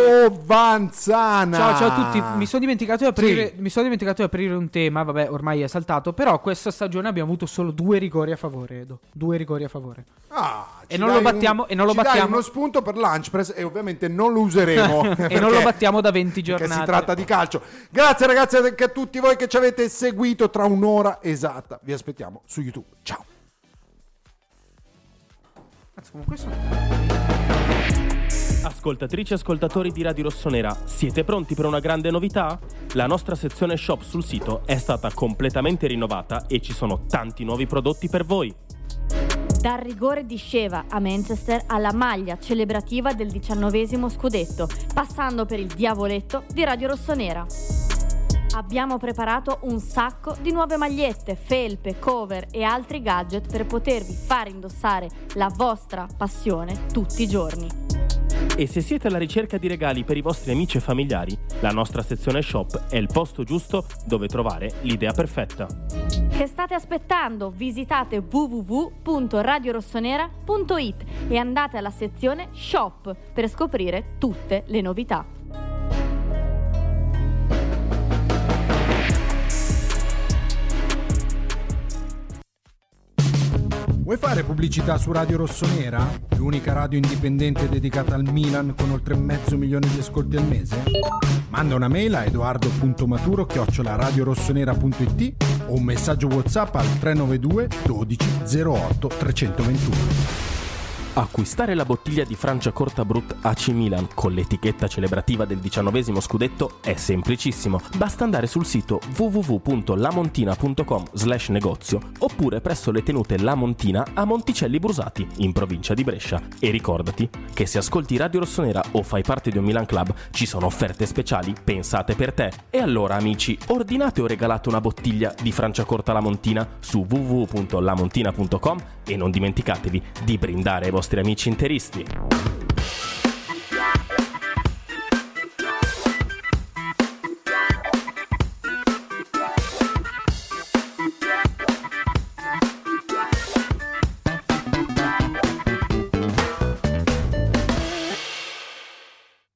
Giovanzana. Ciao ciao a tutti. Mi sono dimenticato di aprire, sì. mi sono dimenticato di aprire un tema, vabbè, ormai è saltato, però questa stagione abbiamo avuto solo due rigori a favore, Edo. Due rigori a favore. Ah, e non lo battiamo un, e non lo ci battiamo. Dai uno spunto per Lunch Press e ovviamente non lo useremo e perché, non lo battiamo da venti giornate. Perché si tratta di calcio. Grazie ragazzi anche a tutti voi che ci avete seguito. Tra un'ora esatta vi aspettiamo su YouTube. Ciao. Ascoltatrici e ascoltatori di Radio Rossonera, siete pronti per una grande novità? La nostra sezione shop sul sito è stata completamente rinnovata e ci sono tanti nuovi prodotti per voi. Dal rigore di Sheva a Manchester alla maglia celebrativa del diciannovesimo scudetto, passando per il diavoletto di Radio Rossonera. Abbiamo preparato un sacco di nuove magliette, felpe, cover e altri gadget per potervi far indossare la vostra passione tutti i giorni. E se siete alla ricerca di regali per i vostri amici e familiari, la nostra sezione shop è il posto giusto dove trovare l'idea perfetta. Che state aspettando? Visitate w w w punto radio rossonera punto i t e andate alla sezione shop per scoprire tutte le novità. Vuoi fare pubblicità su Radio Rossonera? L'unica radio indipendente dedicata al Milan con oltre mezzo milione di ascolti al mese? Manda una mail a edoardo punto maturo chiocciola radiorossonera punto i t o un messaggio WhatsApp al tre nove due dodici zero otto trecentoventuno. Acquistare la bottiglia di Franciacorta Brut A C Milan con l'etichetta celebrativa del diciannovesimo scudetto è semplicissimo. Basta andare sul sito w w w punto lamontina punto com slash negozio oppure presso le tenute La Montina a Monticelli Brusati, in provincia di Brescia. E ricordati che se ascolti Radio Rossonera o fai parte di un Milan Club ci sono offerte speciali pensate per te. E allora amici, ordinate o regalate una bottiglia di Franciacorta La Montina su w w w punto lamontina punto com e non dimenticatevi di brindare ai vostri amici interisti.